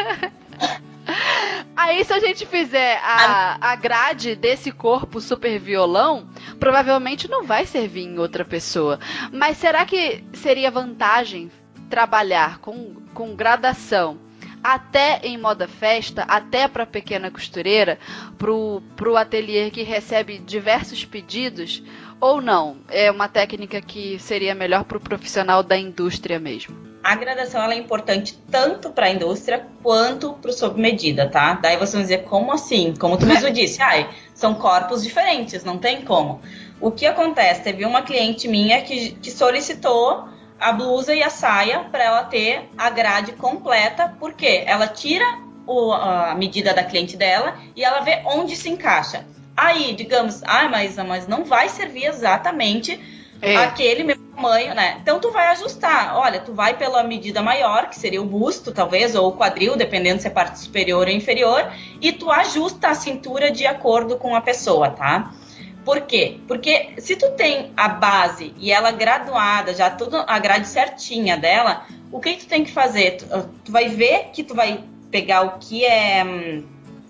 Aí se a gente fizer a, a grade desse corpo super violão, provavelmente não vai servir em outra pessoa. Mas será que seria vantagem trabalhar com, com gradação até em moda festa, até para pequena costureira, pro, pro ateliê que recebe diversos pedidos? Ou não? É uma técnica que seria melhor pro profissional da indústria mesmo? A gradação ela é importante tanto para a indústria quanto para o sob medida, tá? Daí vocês vão dizer, como assim? Como tu mesmo disse, ai, são corpos diferentes, não tem como. O que acontece? Teve uma cliente minha que, que solicitou a blusa e a saia para ela ter a grade completa, porque ela tira o, a medida da cliente dela e ela vê onde se encaixa. Aí, digamos, ah, mas, mas não vai servir exatamente é. aquele mesmo tamanho, né? Então tu vai ajustar. Olha, tu vai pela medida maior, que seria o busto, talvez, ou o quadril, dependendo se é parte superior ou inferior, e tu ajusta a cintura de acordo com a pessoa, tá? Por quê? Porque se tu tem a base e ela graduada, já tudo a grade certinha dela, o que tu tem que fazer? Tu, tu vai ver que tu vai pegar o que é...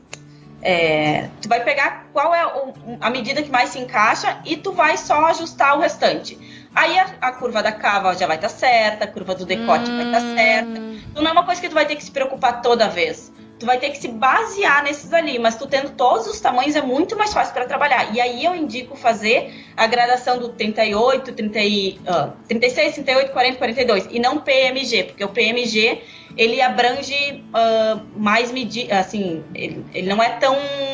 É, tu vai pegar qual é o, a medida que mais se encaixa e tu vai só ajustar o restante. Aí a, a curva da cava já vai estar tá certa, a curva do decote hum. vai estar tá certa. Então não é uma coisa que tu vai ter que se preocupar toda vez. Tu vai ter que se basear nesses ali, mas tu tendo todos os tamanhos é muito mais fácil para trabalhar. E aí eu indico fazer a gradação do trinta e oito, trinta, uh, trinta e seis, trinta e oito, quarenta, quarenta e dois e não P M G, porque o P M G ele abrange uh, mais medidas, assim, ele, ele não é tão,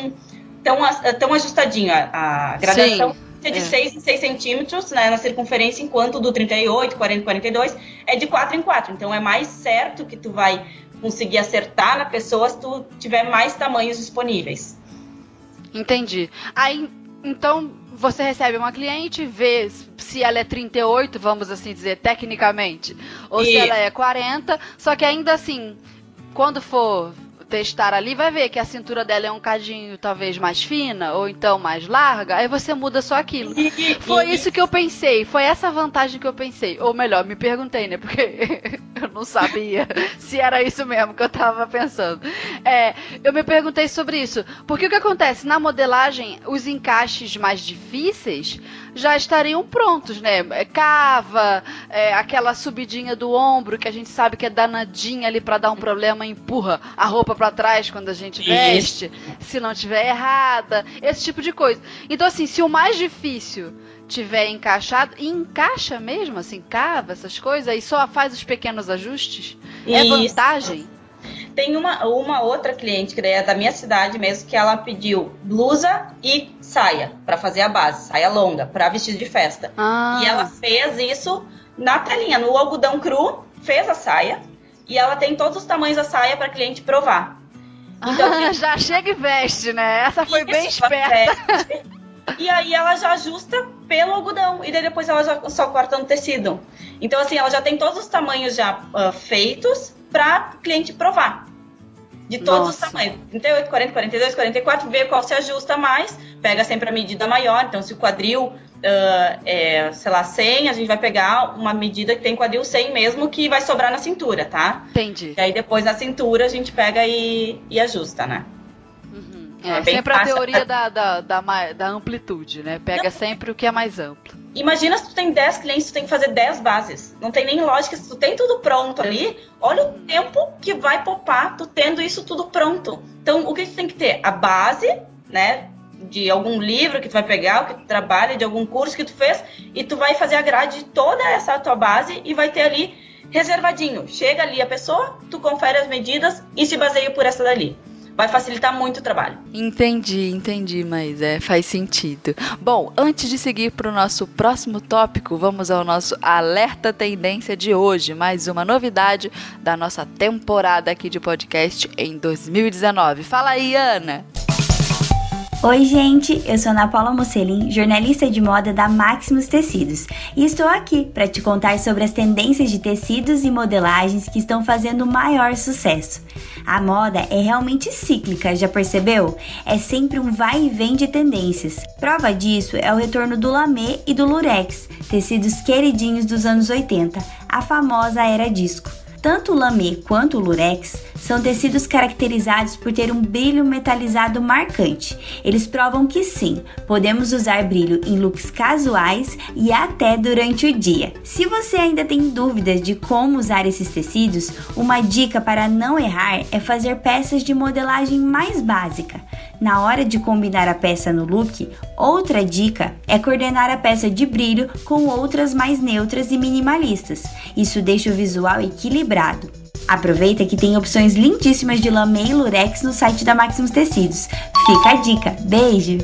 tão, tão ajustadinho. A, a gradação Sim, é de é. seis em seis centímetros, né, na circunferência, enquanto do trinta e oito, quarenta, quarenta e dois é de quatro em quatro. Então é mais certo que tu vai conseguir acertar na pessoa se tu tiver mais tamanhos disponíveis. Entendi. Aí, então, você recebe uma cliente, vê se ela é trinta e oito, vamos assim dizer, tecnicamente, ou e... se ela é quarenta, só que ainda assim, quando for testar ali, vai ver que a cintura dela é um cadinho talvez mais fina, ou então mais larga, aí você muda só aquilo. Foi isso que eu pensei, foi essa vantagem que eu pensei, ou melhor, me perguntei, né, porque eu não sabia se era isso mesmo que eu tava pensando. É, eu me perguntei sobre isso, porque o que acontece, na modelagem, os encaixes mais difíceis já estariam prontos, né, cava, é, aquela subidinha do ombro, que a gente sabe que é danadinha ali pra dar um problema, empurra a roupa pra trás quando a gente veste, Isso. se não tiver errada, esse tipo de coisa. Então, assim, se o mais difícil tiver encaixado, e encaixa mesmo, assim, cava essas coisas, e só faz os pequenos ajustes, Isso. é vantagem? Tem uma, uma outra cliente, que daí é da minha cidade mesmo, que ela pediu blusa e saia, pra fazer a base, saia longa, pra vestido de festa. Ah. E ela fez isso na telinha, no algodão cru, fez a saia, e ela tem todos os tamanhos da saia para cliente provar. Então, ah, que... já chega e veste, né? Essa foi Isso, bem esperta. E aí ela já ajusta pelo algodão. E daí depois ela já só corta no tecido. Então, assim, ela já tem todos os tamanhos já uh, feitos para cliente provar. De todos Nossa. os tamanhos, trinta e oito, quarenta, quarenta e dois, quarenta e quatro, vê qual se ajusta mais, pega sempre a medida maior. Então, se o quadril, uh, é, sei lá, cem, a gente vai pegar uma medida que tem quadril cem mesmo, que vai sobrar na cintura, tá? Entendi. E aí, depois, na cintura, a gente pega e, e ajusta, né? Uhum. É É, bem sempre a fácil. teoria da, da, da, ma- da amplitude, né? Pega sempre o que é mais amplo. Imagina se tu tem dez clientes, tu tem que fazer dez bases. Não tem nem lógica. Se tu tem tudo pronto ali, olha o tempo que vai poupar tu tendo isso tudo pronto. Então, o que tu tem que ter? A base, né? De algum livro que tu vai pegar, o que tu trabalha, de algum curso que tu fez, e tu vai fazer a grade de toda essa tua base e vai ter ali reservadinho. Chega ali a pessoa, tu confere as medidas e se baseia por essa dali. Vai facilitar muito o trabalho. Entendi, entendi, mas é, faz sentido. Bom, antes de seguir para o nosso próximo tópico, vamos ao nosso Alerta Tendência de hoje, mais uma novidade da nossa temporada aqui de podcast em dois mil e dezenove. Fala aí, Ana! Oi, gente, eu sou Ana Paula Mocelin, jornalista de moda da Maximus Tecidos, e estou aqui para te contar sobre as tendências de tecidos e modelagens que estão fazendo maior sucesso. A moda é realmente cíclica, já percebeu? É sempre um vai e vem de tendências. Prova disso é o retorno do lamê e do lurex, tecidos queridinhos dos anos oitenta, a famosa era disco. Tanto o lamê quanto o lurex são tecidos caracterizados por ter um brilho metalizado marcante. Eles provam que sim, podemos usar brilho em looks casuais e até durante o dia. Se você ainda tem dúvidas de como usar esses tecidos, uma dica para não errar é fazer peças de modelagem mais básica. Na hora de combinar a peça no look, outra dica é coordenar a peça de brilho com outras mais neutras e minimalistas. Isso deixa o visual equilibrado. Aproveita que tem opções lindíssimas de lamê e lurex no site da Maximus Tecidos. Fica a dica. Beijo!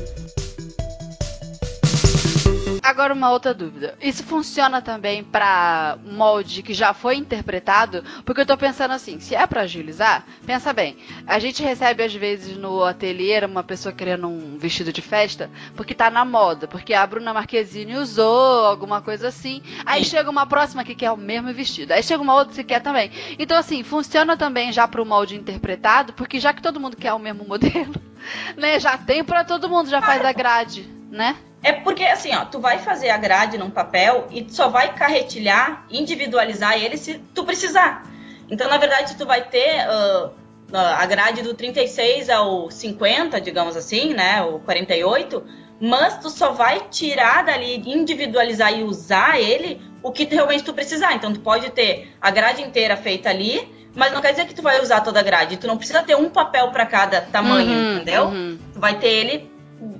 Agora uma outra dúvida. Isso funciona também para molde que já foi interpretado? Porque eu tô pensando assim, se é para agilizar, pensa bem. A gente recebe às vezes no ateliê uma pessoa querendo um vestido de festa, porque tá na moda, porque a Bruna Marquezine usou, alguma coisa assim. Aí chega uma próxima que quer o mesmo vestido. Aí chega uma outra que quer também. Então assim, funciona também já pro molde interpretado, porque já que todo mundo quer o mesmo modelo, né? Já tem para todo mundo, já faz a grade, né? É porque, assim, ó, tu vai fazer a grade num papel e tu só vai carretilhar, individualizar ele se tu precisar. Então, na verdade, tu vai ter uh, a grade do trinta e seis ao cinquenta, digamos assim, né, o quarenta e oito, mas tu só vai tirar dali, individualizar e usar ele o que realmente tu precisar. Então, tu pode ter a grade inteira feita ali, mas não quer dizer que tu vai usar toda a grade. Tu não precisa ter um papel para cada tamanho, uhum, entendeu? Uhum. Tu vai ter ele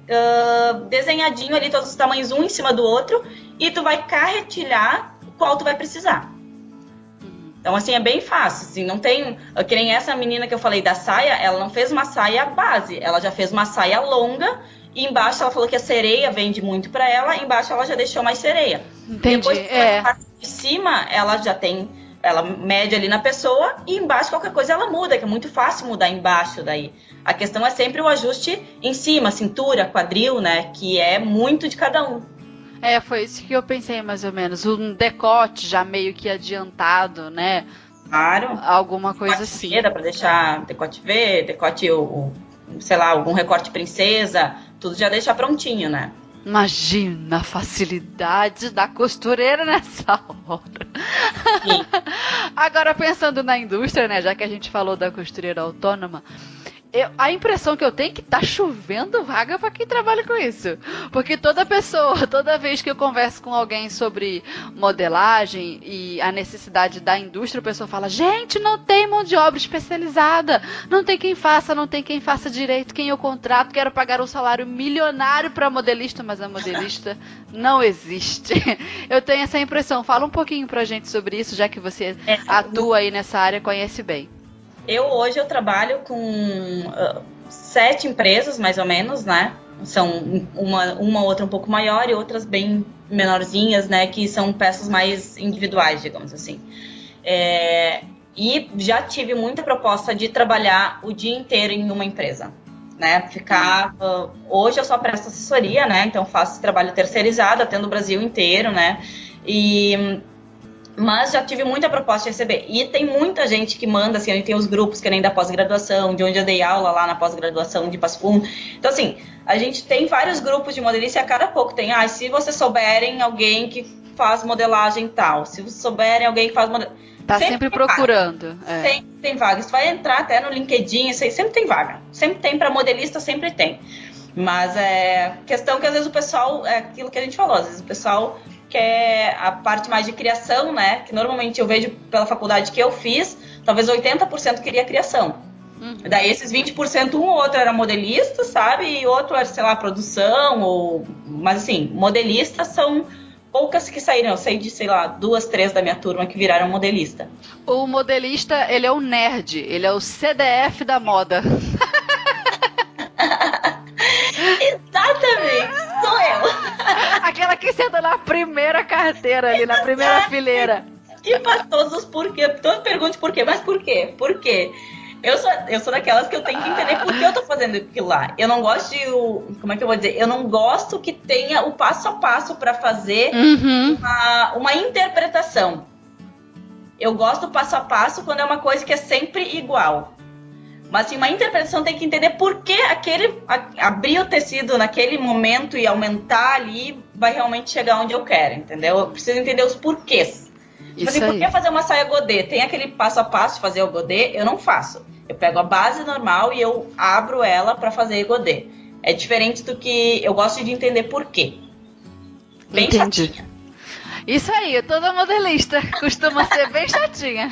Uh, desenhadinho ali, todos os tamanhos um em cima do outro, e tu vai carretilhar qual tu vai precisar. Então, assim, é bem fácil, assim, não tem... Que nem essa menina que eu falei da saia, ela não fez uma saia base, ela já fez uma saia longa, e embaixo ela falou que a sereia vende muito pra ela, embaixo ela já deixou mais sereia. Entendi, Depois, é. parte de cima, ela já tem... Ela mede ali na pessoa e embaixo qualquer coisa ela muda, que é muito fácil mudar embaixo daí. A questão é sempre o ajuste em cima, cintura, quadril, né? Que é muito de cada um. É, foi isso que eu pensei mais ou menos. Um decote já meio que adiantado, né? Claro. Alguma coisa decote assim. V, dá pra deixar decote V, decote, o, o, sei lá, algum recorte princesa, tudo já deixa prontinho, né? Imagina a facilidade da costureira nessa hora. Sim. Agora, pensando na indústria, né? Já que a gente falou da costureira autônoma, eu, a impressão que eu tenho é que tá chovendo vaga para quem trabalha com isso. Porque toda pessoa, toda vez que eu converso com alguém sobre modelagem e a necessidade da indústria, a pessoa fala, gente, não tem mão de obra especializada, não tem quem faça, não tem quem faça direito, quem eu contrato, quero pagar um salário milionário para modelista, mas a modelista não existe. Eu tenho essa impressão. Fala um pouquinho pra gente sobre isso, já que você é, atua aí nessa área, conhece bem. Eu hoje eu trabalho com uh, sete empresas, mais ou menos, né? São uma, uma outra um pouco maior e outras bem menorzinhas, né? Que são peças mais individuais, digamos assim. É, e já tive muita proposta de trabalhar o dia inteiro em uma empresa, né? Ficar... Uh, hoje eu só presto assessoria, né? Então faço esse trabalho terceirizado, atendo o Brasil inteiro, né? E... Mas já tive muita proposta de receber. E tem muita gente que manda, assim, a gente tem os grupos que nem da pós-graduação, de onde eu dei aula lá na pós-graduação de Passo Fundo. Então, assim, a gente tem vários grupos de modelista e a cada pouco tem, ah, se vocês souberem alguém que faz modelagem tal, se vocês souberem alguém que faz modelagem... Tá sempre, sempre procurando. É. Sempre tem vaga. Você vai entrar até no LinkedIn, isso aí, sempre tem vaga. Sempre tem, para modelista, sempre tem. Mas é questão que às vezes o pessoal, é aquilo que a gente falou, às vezes o pessoal... que é a parte mais de criação, né? Que normalmente eu vejo pela faculdade que eu fiz, talvez oitenta por cento queria criação. Uhum. Daí esses vinte por cento, um ou outro era modelista, sabe? E outro era, sei lá, produção, ou... Mas assim, modelistas são poucas que saíram. Eu sei de, sei lá, duas, três da minha turma que viraram modelista. O modelista, ele é o nerd, ele é o C D F da moda. Exatamente, sou eu. Aquela que senta na primeira carteira ali, na primeira fileira. E para todos os porquê, todos perguntam por quê, mas por quê? Por quê? Eu sou, eu sou daquelas que eu tenho que entender por que eu tô fazendo aquilo lá. Eu não gosto de, o, como é que eu vou dizer? Eu não gosto que tenha o passo a passo para fazer uhum. uma, uma interpretação. Eu gosto do passo a passo quando é uma coisa que é sempre igual. Mas assim, uma interpretação tem que entender por que aquele, a, abrir o tecido naquele momento e aumentar ali vai realmente chegar onde eu quero, entendeu? Eu preciso entender os porquês. Tipo assim, por que fazer uma saia godê? Tem aquele passo a passo de fazer o godê? Eu não faço. Eu pego a base normal e eu abro ela para fazer godê. É diferente do que eu gosto de entender por quê. Bem Entendi. Chatinha. Isso aí, toda modelista costuma ser bem chatinha.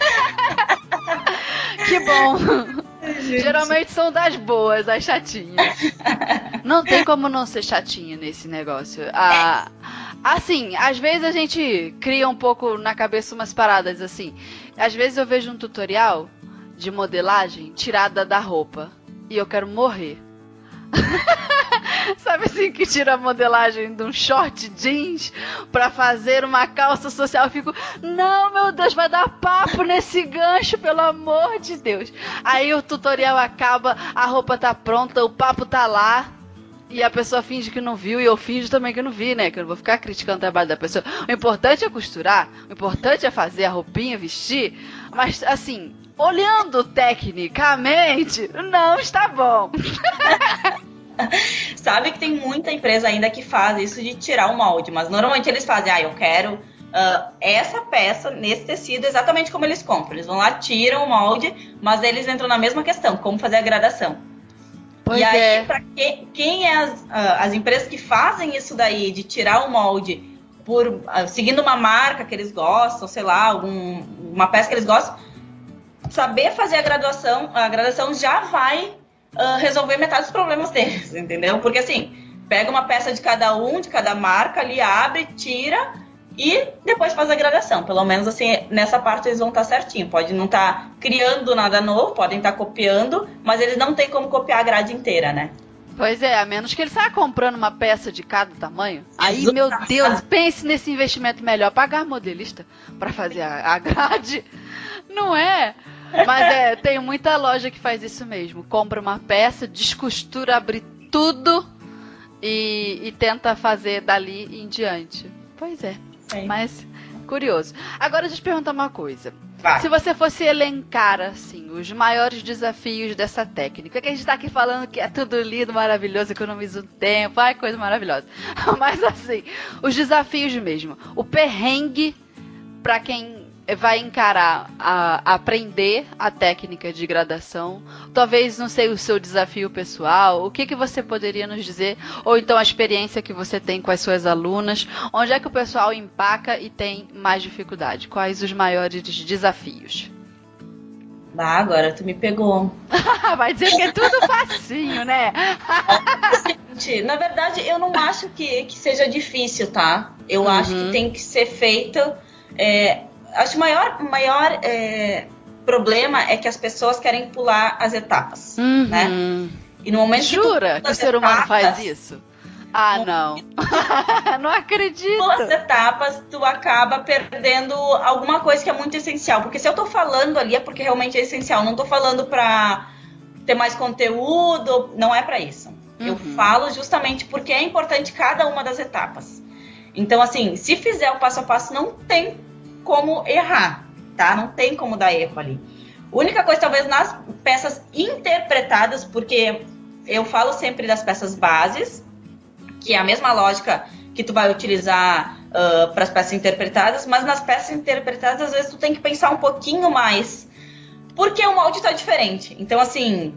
Que bom. Gente. Geralmente são das boas, as chatinhas. Não tem como não ser chatinha nesse negócio. Ah, assim, às vezes a gente cria um pouco na cabeça umas paradas assim. Às vezes eu vejo um tutorial de modelagem tirada da roupa e eu quero morrer. Sabe assim, que tira a modelagem de um short jeans pra fazer uma calça social. Eu fico, não, meu Deus, vai dar papo nesse gancho, pelo amor de Deus. Aí o tutorial acaba, a roupa tá pronta, o papo tá lá e a pessoa finge que não viu e eu finjo também que não vi, né? Que eu não vou ficar criticando o trabalho da pessoa. O importante é costurar, o importante é fazer a roupinha, vestir, mas assim, olhando tecnicamente, não está bom. Sabe que tem muita empresa ainda que faz isso de tirar o molde, mas normalmente eles fazem, ah, eu quero uh, essa peça nesse tecido exatamente como eles compram. Eles vão lá, tiram o molde, mas eles entram na mesma questão, como fazer a gradação. Pois e aí, é. para que, quem é as, uh, as empresas que fazem isso daí, de tirar o molde por uh, seguindo uma marca que eles gostam, sei lá, algum, uma peça que eles gostam, saber fazer a graduação, a gradação já vai Uh, resolver metade dos problemas deles, entendeu? Porque assim, pega uma peça de cada um, de cada marca, ali abre, tira e depois faz a gradação. Pelo menos assim, nessa parte eles vão estar certinho. Pode não estar criando nada novo, podem estar copiando, mas eles não têm como copiar a grade inteira, né? Pois é, a menos que ele saia comprando uma peça de cada tamanho. Aí, meu Deus, pense nesse investimento melhor. Pagar modelista para fazer a, a grade, não é? Mas é, tem muita loja que faz isso mesmo. Compra uma peça, descostura, abre tudo e, e tenta fazer dali em diante. Pois é, Sim. Mas curioso. Agora deixa eu te perguntar uma coisa. Vai. Se você fosse elencar, assim, os maiores desafios dessa técnica, que a gente tá aqui falando que é tudo lindo, maravilhoso, economiza o tempo, ai, coisa maravilhosa. Mas assim, os desafios mesmo. O perrengue pra quem vai encarar a, a aprender a técnica de gradação, talvez, não sei, o seu desafio pessoal, o que, que você poderia nos dizer, ou então a experiência que você tem com as suas alunas, onde é que o pessoal empaca e tem mais dificuldade? Quais os maiores desafios? Ah, agora tu me pegou. Vai dizer que é tudo facinho, né? Na verdade, eu não acho que, que seja difícil, tá? Eu uhum. acho que tem que ser feito... É, acho que o maior, maior é, problema é que as pessoas querem pular as etapas, uhum. né? E no momento Jura que, que o ser humano etapas, faz isso? Ah, não. Não acredito. Pelas etapas, tu acaba perdendo alguma coisa que é muito essencial. Porque se eu tô falando ali é porque realmente é essencial. Não tô falando pra ter mais conteúdo, não é pra isso. Uhum. Eu falo justamente porque é importante cada uma das etapas. Então, assim, se fizer o passo a passo, não tem como errar, tá? Não tem como dar erro ali. A única coisa, talvez, nas peças interpretadas, porque eu falo sempre das peças bases, que é a mesma lógica que tu vai utilizar uh, para as peças interpretadas, mas nas peças interpretadas, às vezes, tu tem que pensar um pouquinho mais, porque o molde tá diferente. Então, assim,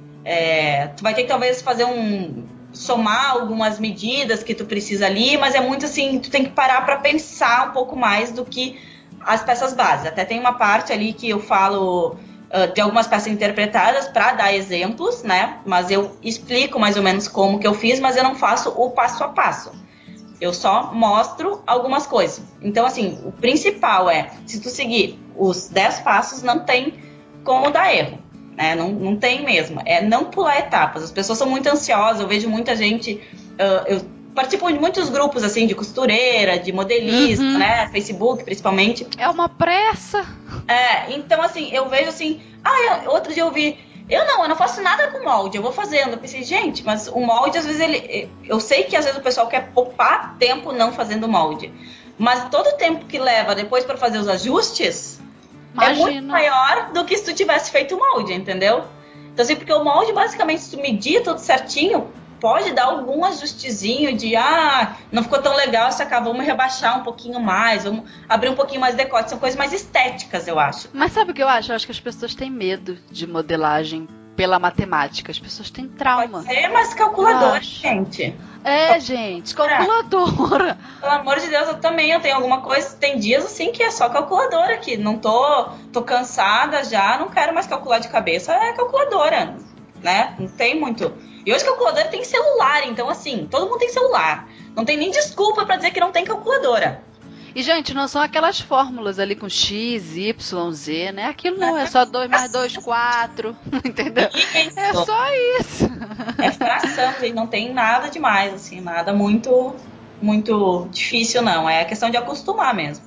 é, tu vai ter que, talvez, fazer um... somar algumas medidas que tu precisa ali, mas é muito assim, tu tem que parar para pensar um pouco mais do que as peças bases. Até tem uma parte ali que eu falo uh, de algumas peças interpretadas para dar exemplos, né? Mas eu explico mais ou menos como que eu fiz, mas eu não faço o passo a passo. Eu só mostro algumas coisas. Então, assim, o principal é, se tu seguir os dez passos, não tem como dar erro. É, não, não tem mesmo, é não pular etapas. As pessoas são muito ansiosas, eu vejo muita gente, uh, eu participo de muitos grupos assim, de costureira, de modelista, uhum. né, Facebook principalmente. É uma pressa. É, então assim, eu vejo assim, ah, eu, outro dia eu vi, eu não, eu não faço nada com molde, eu vou fazendo. Eu pensei, gente, mas o molde às vezes ele, eu sei que às vezes o pessoal quer poupar tempo não fazendo molde, mas todo o tempo que leva depois para fazer os ajustes... Imagina. É muito maior do que se tu tivesse feito o molde, entendeu? Então, assim, porque o molde, basicamente, se tu medir tudo certinho, pode dar algum ajustezinho de, ah, não ficou tão legal isso acaba, vamos rebaixar um pouquinho mais, vamos abrir um pouquinho mais de decote. São coisas mais estéticas, eu acho. Mas sabe o que eu acho? Eu acho que as pessoas têm medo de modelagem pela matemática. As pessoas têm trauma. É, mas calculadora, gente. É, gente, calculadora. Pelo amor de Deus, eu também, eu tenho alguma coisa, tem dias assim que é só calculadora aqui, não tô, tô cansada já, não quero mais calcular de cabeça, é calculadora, né, não tem muito. E hoje calculadora tem celular, então assim, todo mundo tem celular, não tem nem desculpa pra dizer que não tem calculadora. E, gente, não são aquelas fórmulas ali com X, Y, Z, né? Aquilo não, é só dois mais dois, quatro, entendeu? Isso. É só isso. É fração, gente, não tem nada demais, assim, nada muito, muito difícil, não. É questão de acostumar mesmo.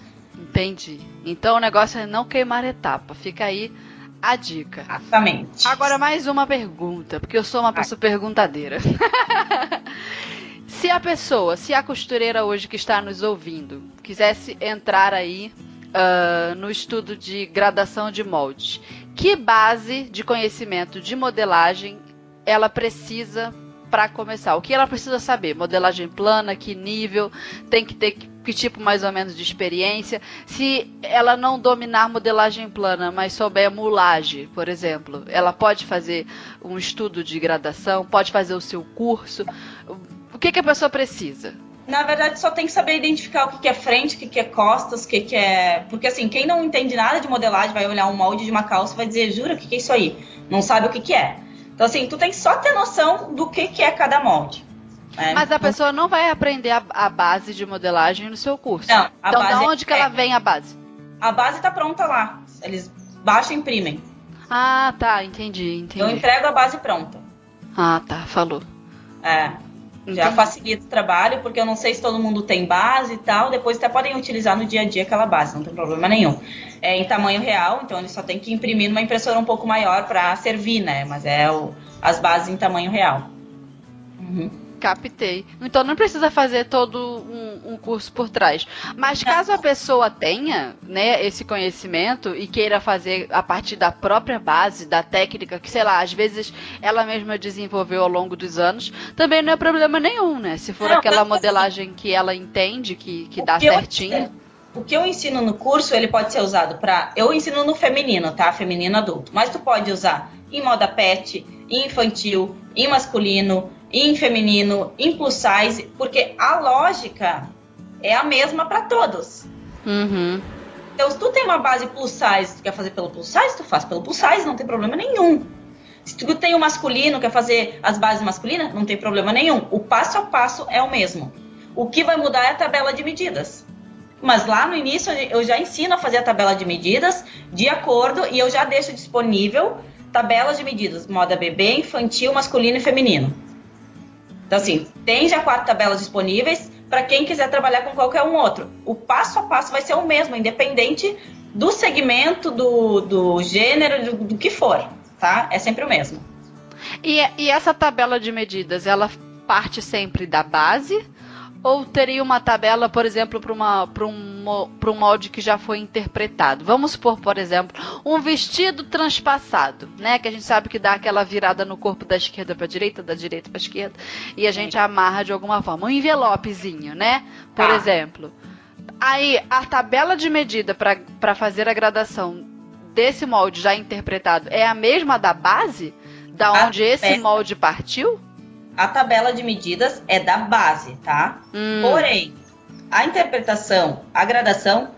Entendi. Então o negócio é não queimar etapa. Fica aí a dica. Exatamente. Agora mais uma pergunta, porque eu sou uma pessoa perguntadeira. Se a pessoa, se a costureira hoje que está nos ouvindo, quisesse entrar aí uh, no estudo de gradação de moldes, que base de conhecimento de modelagem ela precisa para começar? O que ela precisa saber? Modelagem plana, que nível, tem que ter que, que tipo mais ou menos de experiência? Se ela não dominar modelagem plana, mas souber mulagem, por exemplo, ela pode fazer um estudo de gradação, pode fazer o seu curso. O que, que a pessoa precisa? Na verdade, só tem que saber identificar o que, que é frente, o que, que é costas, o que, que é... Porque, assim, quem não entende nada de modelagem vai olhar um molde de uma calça e vai dizer, jura, o que, que é isso aí? Não sabe o que, que é. Então, assim, tu tem que só ter noção do que, que é cada molde. Né? Mas a pessoa não vai aprender a, a base de modelagem no seu curso. Não, a então, base de onde é... que ela vem a base? A base tá pronta lá. Eles baixam e imprimem. Ah, tá, entendi, entendi. Eu entrego a base pronta. Ah, tá, falou. É... Já Entendi. Facilita o trabalho, porque eu não sei se todo mundo tem base e tal. Depois até podem utilizar no dia a dia aquela base, não tem problema nenhum. É em tamanho real, então eles só tem que imprimir numa impressora um pouco maior para servir, né? Mas é o, as bases em tamanho real. Uhum. Captei. Então não precisa fazer todo um, um curso por trás. Mas caso a pessoa tenha, né, esse conhecimento e queira fazer a partir da própria base, da técnica, que sei lá, às vezes ela mesma desenvolveu ao longo dos anos, também não é problema nenhum, né? Se for não, aquela modelagem que ela entende, que, que dá certinho. O que eu ensino no curso, ele pode ser usado para... Eu ensino no feminino, tá? Feminino adulto. Mas tu pode usar em moda pet, em infantil, em masculino, em feminino, em plus size, porque a lógica é a mesma para todos. Uhum. Então, se tu tem uma base plus size, tu quer fazer pelo plus size, tu faz pelo plus size, não tem problema nenhum. Se tu tem o masculino, quer fazer as bases masculinas, não tem problema nenhum. O passo a passo é o mesmo. O que vai mudar é a tabela de medidas. Mas lá no início eu já ensino a fazer a tabela de medidas de acordo e eu já deixo disponível tabelas de medidas, moda bebê, infantil, masculino e feminino. Então, assim, tem já quatro tabelas disponíveis para quem quiser trabalhar com qualquer um outro. O passo a passo vai ser o mesmo, independente do segmento, do, do gênero, do, do que for, tá? É sempre o mesmo. E, e essa tabela de medidas, ela parte sempre da base ou teria uma tabela, por exemplo, para uma, para um, para um molde que já foi interpretado? Vamos supor, por exemplo, um vestido transpassado, né? Que a gente sabe que dá aquela virada no corpo da esquerda para a direita, da direita para a esquerda, e a gente amarra de alguma forma. Um envelopezinho, né? Por ah. exemplo. Aí, a tabela de medida para fazer a gradação desse molde já interpretado é a mesma da base? Da onde a esse molde partiu? A tabela de medidas é da base, tá? Hum. Porém, a interpretação, a gradação,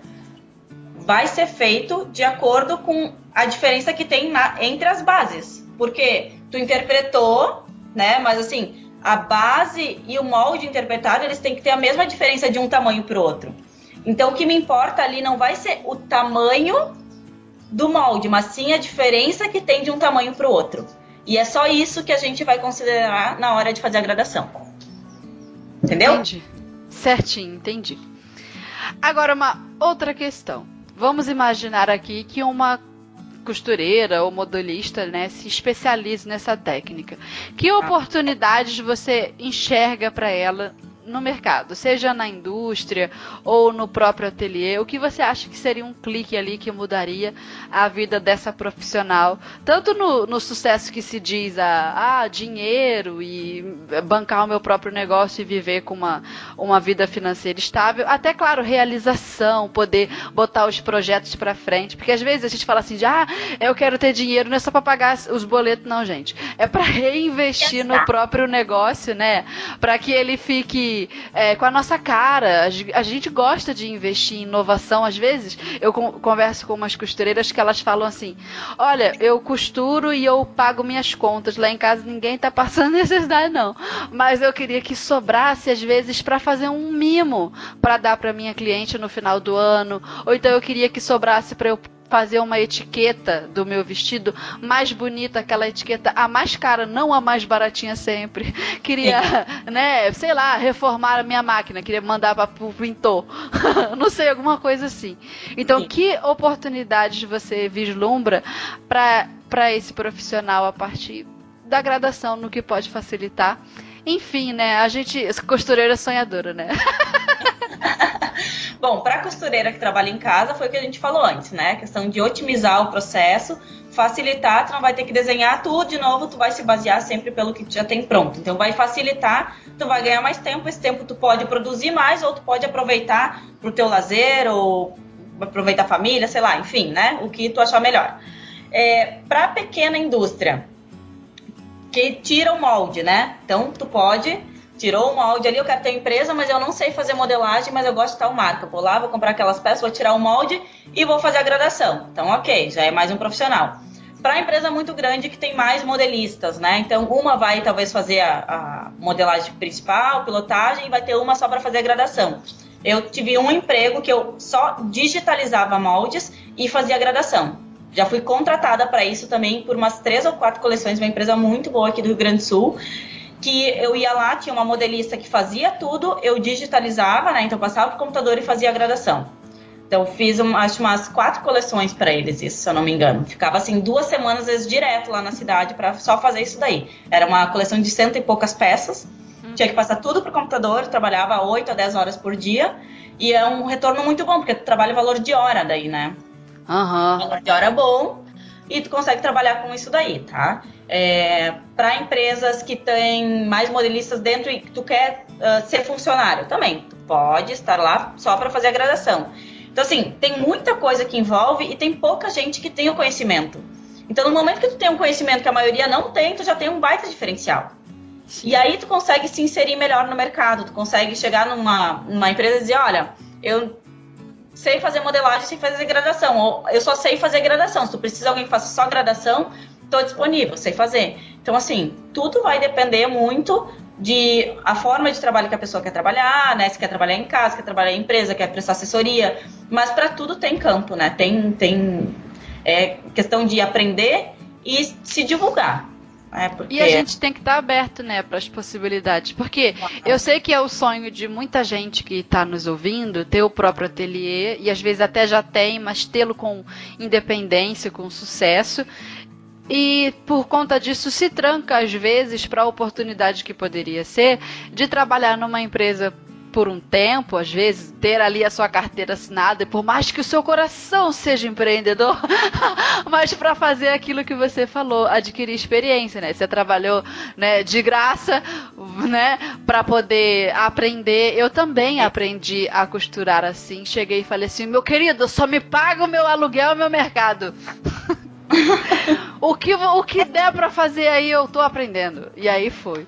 vai ser feito de acordo com a diferença que tem na, entre as bases. Porque tu interpretou, né? Mas assim, a base e o molde interpretado, eles têm que ter a mesma diferença de um tamanho para o outro. Então, o que me importa ali não vai ser o tamanho do molde, mas sim a diferença que tem de um tamanho para o outro. E é só isso que a gente vai considerar na hora de fazer a gradação. Entendeu? Entendi. Certinho, entendi. Agora, uma outra questão. Vamos imaginar aqui que uma costureira ou modelista, né, se especialize nessa técnica. Que oportunidades você enxerga para ela no mercado, seja na indústria ou no próprio ateliê? O que você acha que seria um clique ali que mudaria a vida dessa profissional, tanto no, no sucesso que se diz a ah, dinheiro e bancar o meu próprio negócio e viver com uma, uma vida financeira estável, até, claro, realização, poder botar os projetos para frente, porque às vezes a gente fala assim de, ah, eu quero ter dinheiro, não é só para pagar os boletos, não, gente, é para reinvestir no próprio negócio, né, para que ele fique É, com a nossa cara. A gente gosta de investir em inovação. Às vezes eu converso com umas costureiras que elas falam assim, olha, eu costuro e eu pago minhas contas, lá em casa ninguém tá passando necessidade não, mas eu queria que sobrasse às vezes para fazer um mimo para dar para minha cliente no final do ano, ou então eu queria que sobrasse para eu fazer uma etiqueta do meu vestido mais bonita, aquela etiqueta a mais cara, não a mais baratinha sempre. Queria, né, sei lá, reformar a minha máquina, queria mandar para o pintor. Não sei, alguma coisa assim. Então, Sim. que oportunidades você vislumbra para para esse profissional a partir da gradação, no que pode facilitar? Enfim, né, a gente, costureira sonhadora, né? Bom, para a costureira que trabalha em casa, foi o que a gente falou antes, né? A questão de otimizar o processo, facilitar, tu não vai ter que desenhar tudo de novo, tu vai se basear sempre pelo que tu já tem pronto. Então vai facilitar, tu vai ganhar mais tempo, esse tempo tu pode produzir mais ou tu pode aproveitar pro teu lazer ou aproveitar a família, sei lá, enfim, né? O que tu achar melhor. É, para a pequena indústria, que tira o molde, né? Então tu pode... Tirou o molde ali, eu quero ter empresa, mas eu não sei fazer modelagem, mas eu gosto de tal marca. Vou lá, vou comprar aquelas peças, vou tirar o molde e vou fazer a gradação. Então, ok, já é mais um profissional. Para empresa muito grande que tem mais modelistas, né? Então, uma vai talvez fazer a, a modelagem principal, pilotagem, e vai ter uma só para fazer a gradação. Eu tive um emprego que eu só digitalizava moldes e fazia a gradação. Já fui contratada para isso também por umas três ou quatro coleções, uma empresa muito boa aqui do Rio Grande do Sul, que eu ia lá, tinha uma modelista que fazia tudo, eu digitalizava, né? Então passava pro computador e fazia a gradação. Então fiz um, acho umas quatro coleções para eles, isso, se eu não me engano. Ficava assim duas semanas, às vezes, direto lá na cidade para só fazer isso daí. Era uma coleção de cento e poucas peças, hum. tinha que passar tudo pro computador, trabalhava oito a dez horas por dia, e é um retorno muito bom, porque tu trabalha valor de hora daí, né? Uhum. Valor de hora bom, e tu consegue trabalhar com isso daí, tá? É, para empresas que têm mais modelistas dentro e que tu quer uh, ser funcionário também, tu pode estar lá só para fazer a gradação. Então, assim, tem muita coisa que envolve e tem pouca gente que tem o conhecimento. Então, no momento que tu tem um conhecimento que a maioria não tem, tu já tem um baita diferencial. Sim. E aí tu consegue se inserir melhor no mercado, tu consegue chegar numa, numa empresa e dizer, olha, eu sei fazer modelagem, sei fazer gradação, ou eu só sei fazer gradação, se tu precisa de alguém que faça só gradação, estou disponível, sei fazer. Então, assim, tudo vai depender muito de a forma de trabalho que a pessoa quer trabalhar, né? Se quer trabalhar em casa, quer trabalhar em empresa, quer prestar assessoria. Mas para tudo tem campo, né? Tem, tem é, questão de aprender e se divulgar. É porque... E a gente tem que estar aberto, né, para as possibilidades, porque eu sei que é o sonho de muita gente que está nos ouvindo, ter o próprio ateliê, e às vezes até já tem, mas tê-lo com independência, com sucesso, e por conta disso se tranca às vezes para a oportunidade que poderia ser de trabalhar numa empresa por um tempo, às vezes, ter ali a sua carteira assinada, e por mais que o seu coração seja empreendedor, mas para fazer aquilo que você falou, adquirir experiência, né? Você trabalhou, né, de graça, né, para poder aprender. Eu também aprendi a costurar assim. Cheguei e falei assim: meu querido, só me paga o meu aluguel e o meu mercado. o, que, o que der para fazer aí, eu tô aprendendo. E aí foi.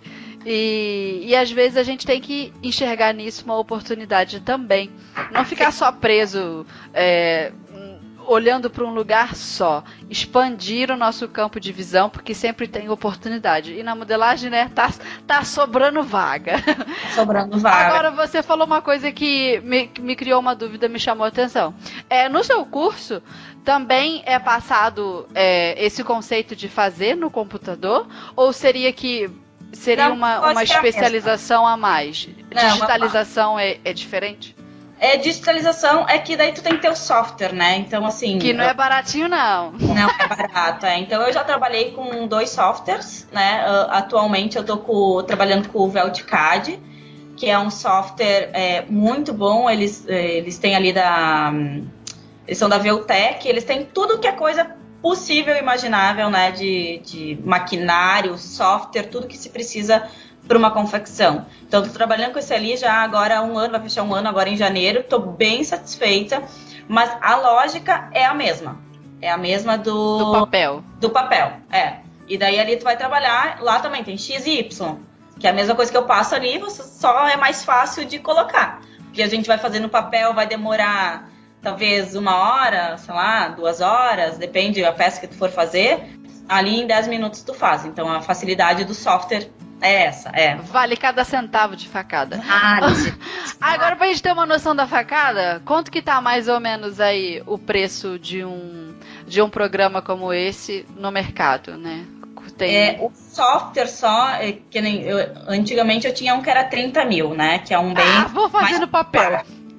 E, e às vezes a gente tem que enxergar nisso uma oportunidade também. Não ficar só preso, é, olhando para um lugar só. Expandir o nosso campo de visão, porque sempre tem oportunidade. E na modelagem, né, tá, tá sobrando vaga. Sobrando vaga. Agora você falou uma coisa que me, me criou uma dúvida, me chamou a atenção. É, no seu curso, também é passado é, esse conceito de fazer no computador? Ou seria que seria não, uma, uma especialização a mais? Não, digitalização é, é diferente? É, digitalização é que daí tu tem que ter o software, né? Então, assim... Que não eu... é baratinho, não. Não é barato, é. Então, eu já trabalhei com dois softwares, né? Uh, atualmente, eu tô com, trabalhando com o VeltCAD, que é um software é, muito bom. Eles, eles têm ali da... Eles são da Veltec, eles têm tudo que é coisa possível e imaginável, né? De, de maquinário, software, tudo que se precisa para uma confecção. Então, estou trabalhando com esse ali já agora há um ano, vai fechar um ano agora em janeiro, estou bem satisfeita, mas a lógica é a mesma. É a mesma do... Do papel. Do papel, é. E daí ali tu vai trabalhar, lá também tem X e Y, que é a mesma coisa que eu passo ali, você só é mais fácil de colocar. Porque a gente vai fazer no papel, vai demorar talvez uma hora, sei lá, duas horas, depende da peça que tu for fazer, ali em dez minutos tu faz. Então, a facilidade do software é essa, é. Vale cada centavo de facada. Vale. Agora, pra gente ter uma noção da facada, quanto que tá mais ou menos aí o preço de um, de um programa como esse no mercado, né? Tem... É, o software só, é, que nem eu, antigamente eu tinha um que era trinta mil, né? Que é um bem... Ah, vou fazer no papel.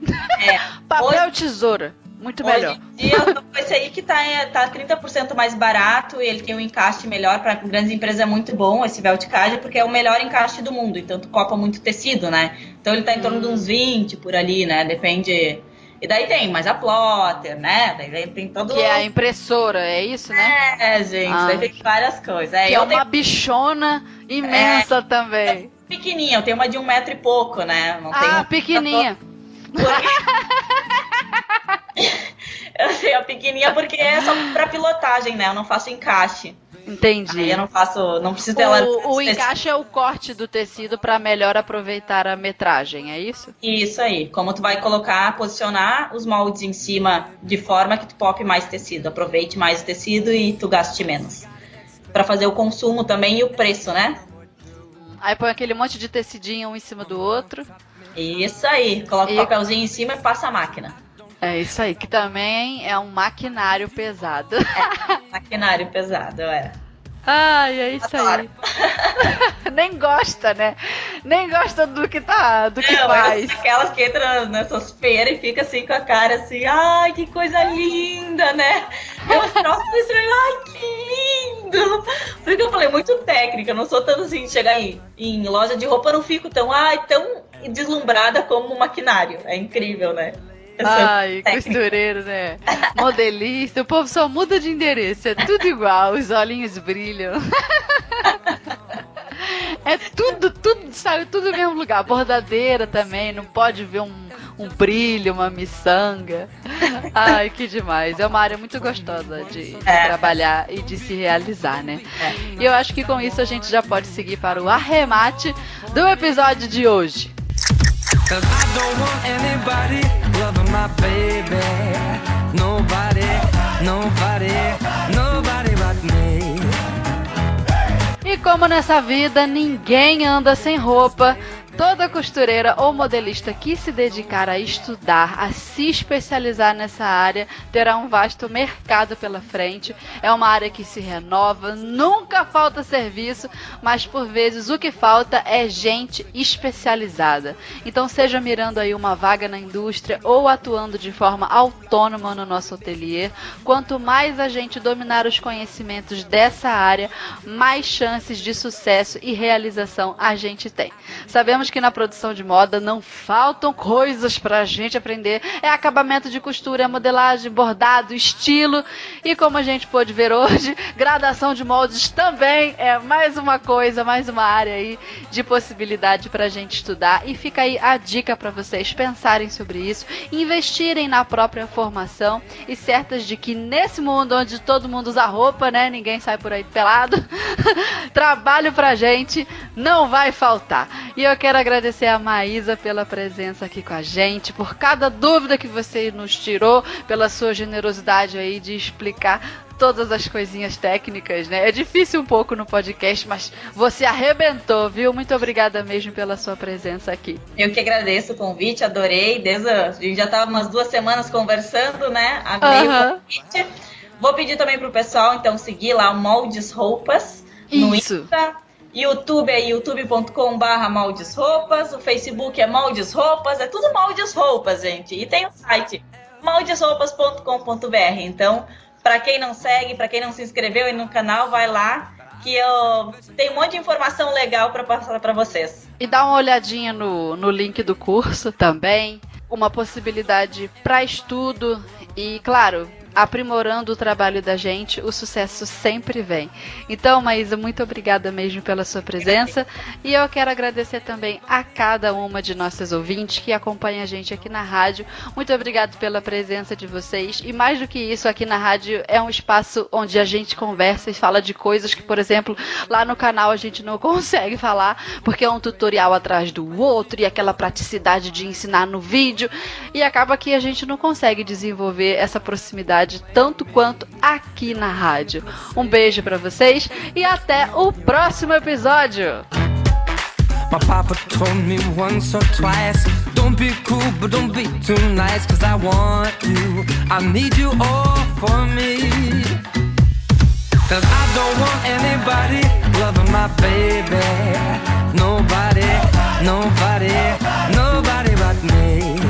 É, papel hoje, tesoura. Muito melhor. Hoje em dia, esse aí que tá, tá trinta por cento mais barato e ele tem um encaixe melhor para grandes empresas, é muito bom esse VeltCAD, porque é o melhor encaixe do mundo, então tu copa muito tecido, né? Então ele tá em torno hum. de uns vinte por ali, né? Depende. E daí tem mais a plotter, né? Daí tem todo... Que é a impressora, é isso, né? É, gente, ah. daí tem várias coisas. É, que eu é uma tenho... bichona imensa é, também. É pequenininha, eu tenho uma de um metro e pouco, né? Não ah, tenho... pequenininha. Eu sei a pequenininha porque é só pra pilotagem, né? Eu não faço encaixe. Entendi. Aí eu não faço, não preciso dela. O, o encaixe é o corte do tecido para melhor aproveitar a metragem, é isso? Isso aí. Como tu vai colocar, posicionar os moldes em cima de forma que tu pope mais tecido, aproveite mais o tecido e tu gaste menos. Para fazer o consumo também e o preço, né? Aí põe aquele monte de tecidinho um em cima do outro. Isso aí. Coloca o e... papelzinho em cima e passa a máquina. É isso aí, que também é um maquinário pesado. É, maquinário pesado, é. Ai, é isso Adoro. Aí. Nem gosta, né? Nem gosta do que tá, do que Não, faz. Aquelas que entram nessas feiras e fica assim com a cara assim, ai, que coisa linda, né? Eu troço isso, ai, que lindo! Porque eu falei, muito técnica, eu não sou tanto assim, chegar em, em loja de roupa, eu não fico tão, ai, tão deslumbrada como o maquinário. É incrível, né? Ai, costureiro, né? Modelista, o povo só muda de endereço, é tudo igual, os olhinhos brilham. É tudo, tudo, sabe, tudo no mesmo lugar. Bordadeira também, não pode ver um, um brilho, uma miçanga. Ai, que demais. É uma área muito gostosa de, de é. trabalhar e de se realizar, né? É. E eu acho que com isso a gente já pode seguir para o arremate do episódio de hoje. Cause I don't want anybody loving my baby. Nobody, nobody, nobody but me. E como nessa vida ninguém anda sem roupa, toda costureira ou modelista que se dedicar a estudar, a se especializar nessa área, terá um vasto mercado pela frente. É uma área que se renova, nunca falta serviço, mas por vezes o que falta é gente especializada. Então seja mirando aí uma vaga na indústria ou atuando de forma autônoma no nosso ateliê, quanto mais a gente dominar os conhecimentos dessa área, mais chances de sucesso e realização a gente tem. Sabemos que na produção de moda não faltam coisas pra gente aprender. É acabamento de costura, modelagem, bordado, estilo. E como a gente pôde ver hoje, gradação de moldes também é mais uma coisa, mais uma área aí de possibilidade pra gente estudar. E fica aí a dica pra vocês pensarem sobre isso, investirem na própria formação e certas de que nesse mundo onde todo mundo usa roupa, né, ninguém sai por aí pelado, trabalho pra gente não vai faltar. E eu quero agradecer a Maísa pela presença aqui com a gente, por cada dúvida que você nos tirou, pela sua generosidade aí de explicar todas as coisinhas técnicas, né? É difícil um pouco no podcast, mas você arrebentou, viu? Muito obrigada mesmo pela sua presença aqui. Eu que agradeço o convite, adorei. Desde a, a gente já estava umas duas semanas conversando, né? Amei uhum. o convite. Vou pedir também pro pessoal, então, seguir lá o Moldes Roupas no Isso. Insta. YouTube é youtube ponto com barra Moldes Roupas. O Facebook é Moldes Roupas. É tudo Moldes Roupas, gente. E tem o site moldes roupas ponto com ponto b r. Então, para quem não segue, para quem não se inscreveu aí no canal, vai lá que eu tenho um monte de informação legal para passar para vocês. E dá uma olhadinha no, no link do curso também. Uma possibilidade para estudo e, claro, aprimorando o trabalho da gente, o sucesso sempre vem. Então, Maísa, muito obrigada mesmo pela sua presença. E eu quero agradecer também a cada uma de nossas ouvintes que acompanha a gente aqui na rádio. Muito obrigada pela presença de vocês. E mais do que isso, aqui na rádio é um espaço onde a gente conversa e fala de coisas que, por exemplo, lá no canal a gente não consegue falar, porque é um tutorial atrás do outro e aquela praticidade de ensinar no vídeo. E acaba que a gente não consegue desenvolver essa proximidade tanto quanto aqui na rádio. Um beijo pra vocês e até o próximo episódio. My papa told me once or twice, don't be cool but don't be too nice, cause I want you, I need you all for me, cause I don't want anybody loving my baby, nobody, nobody, nobody but me.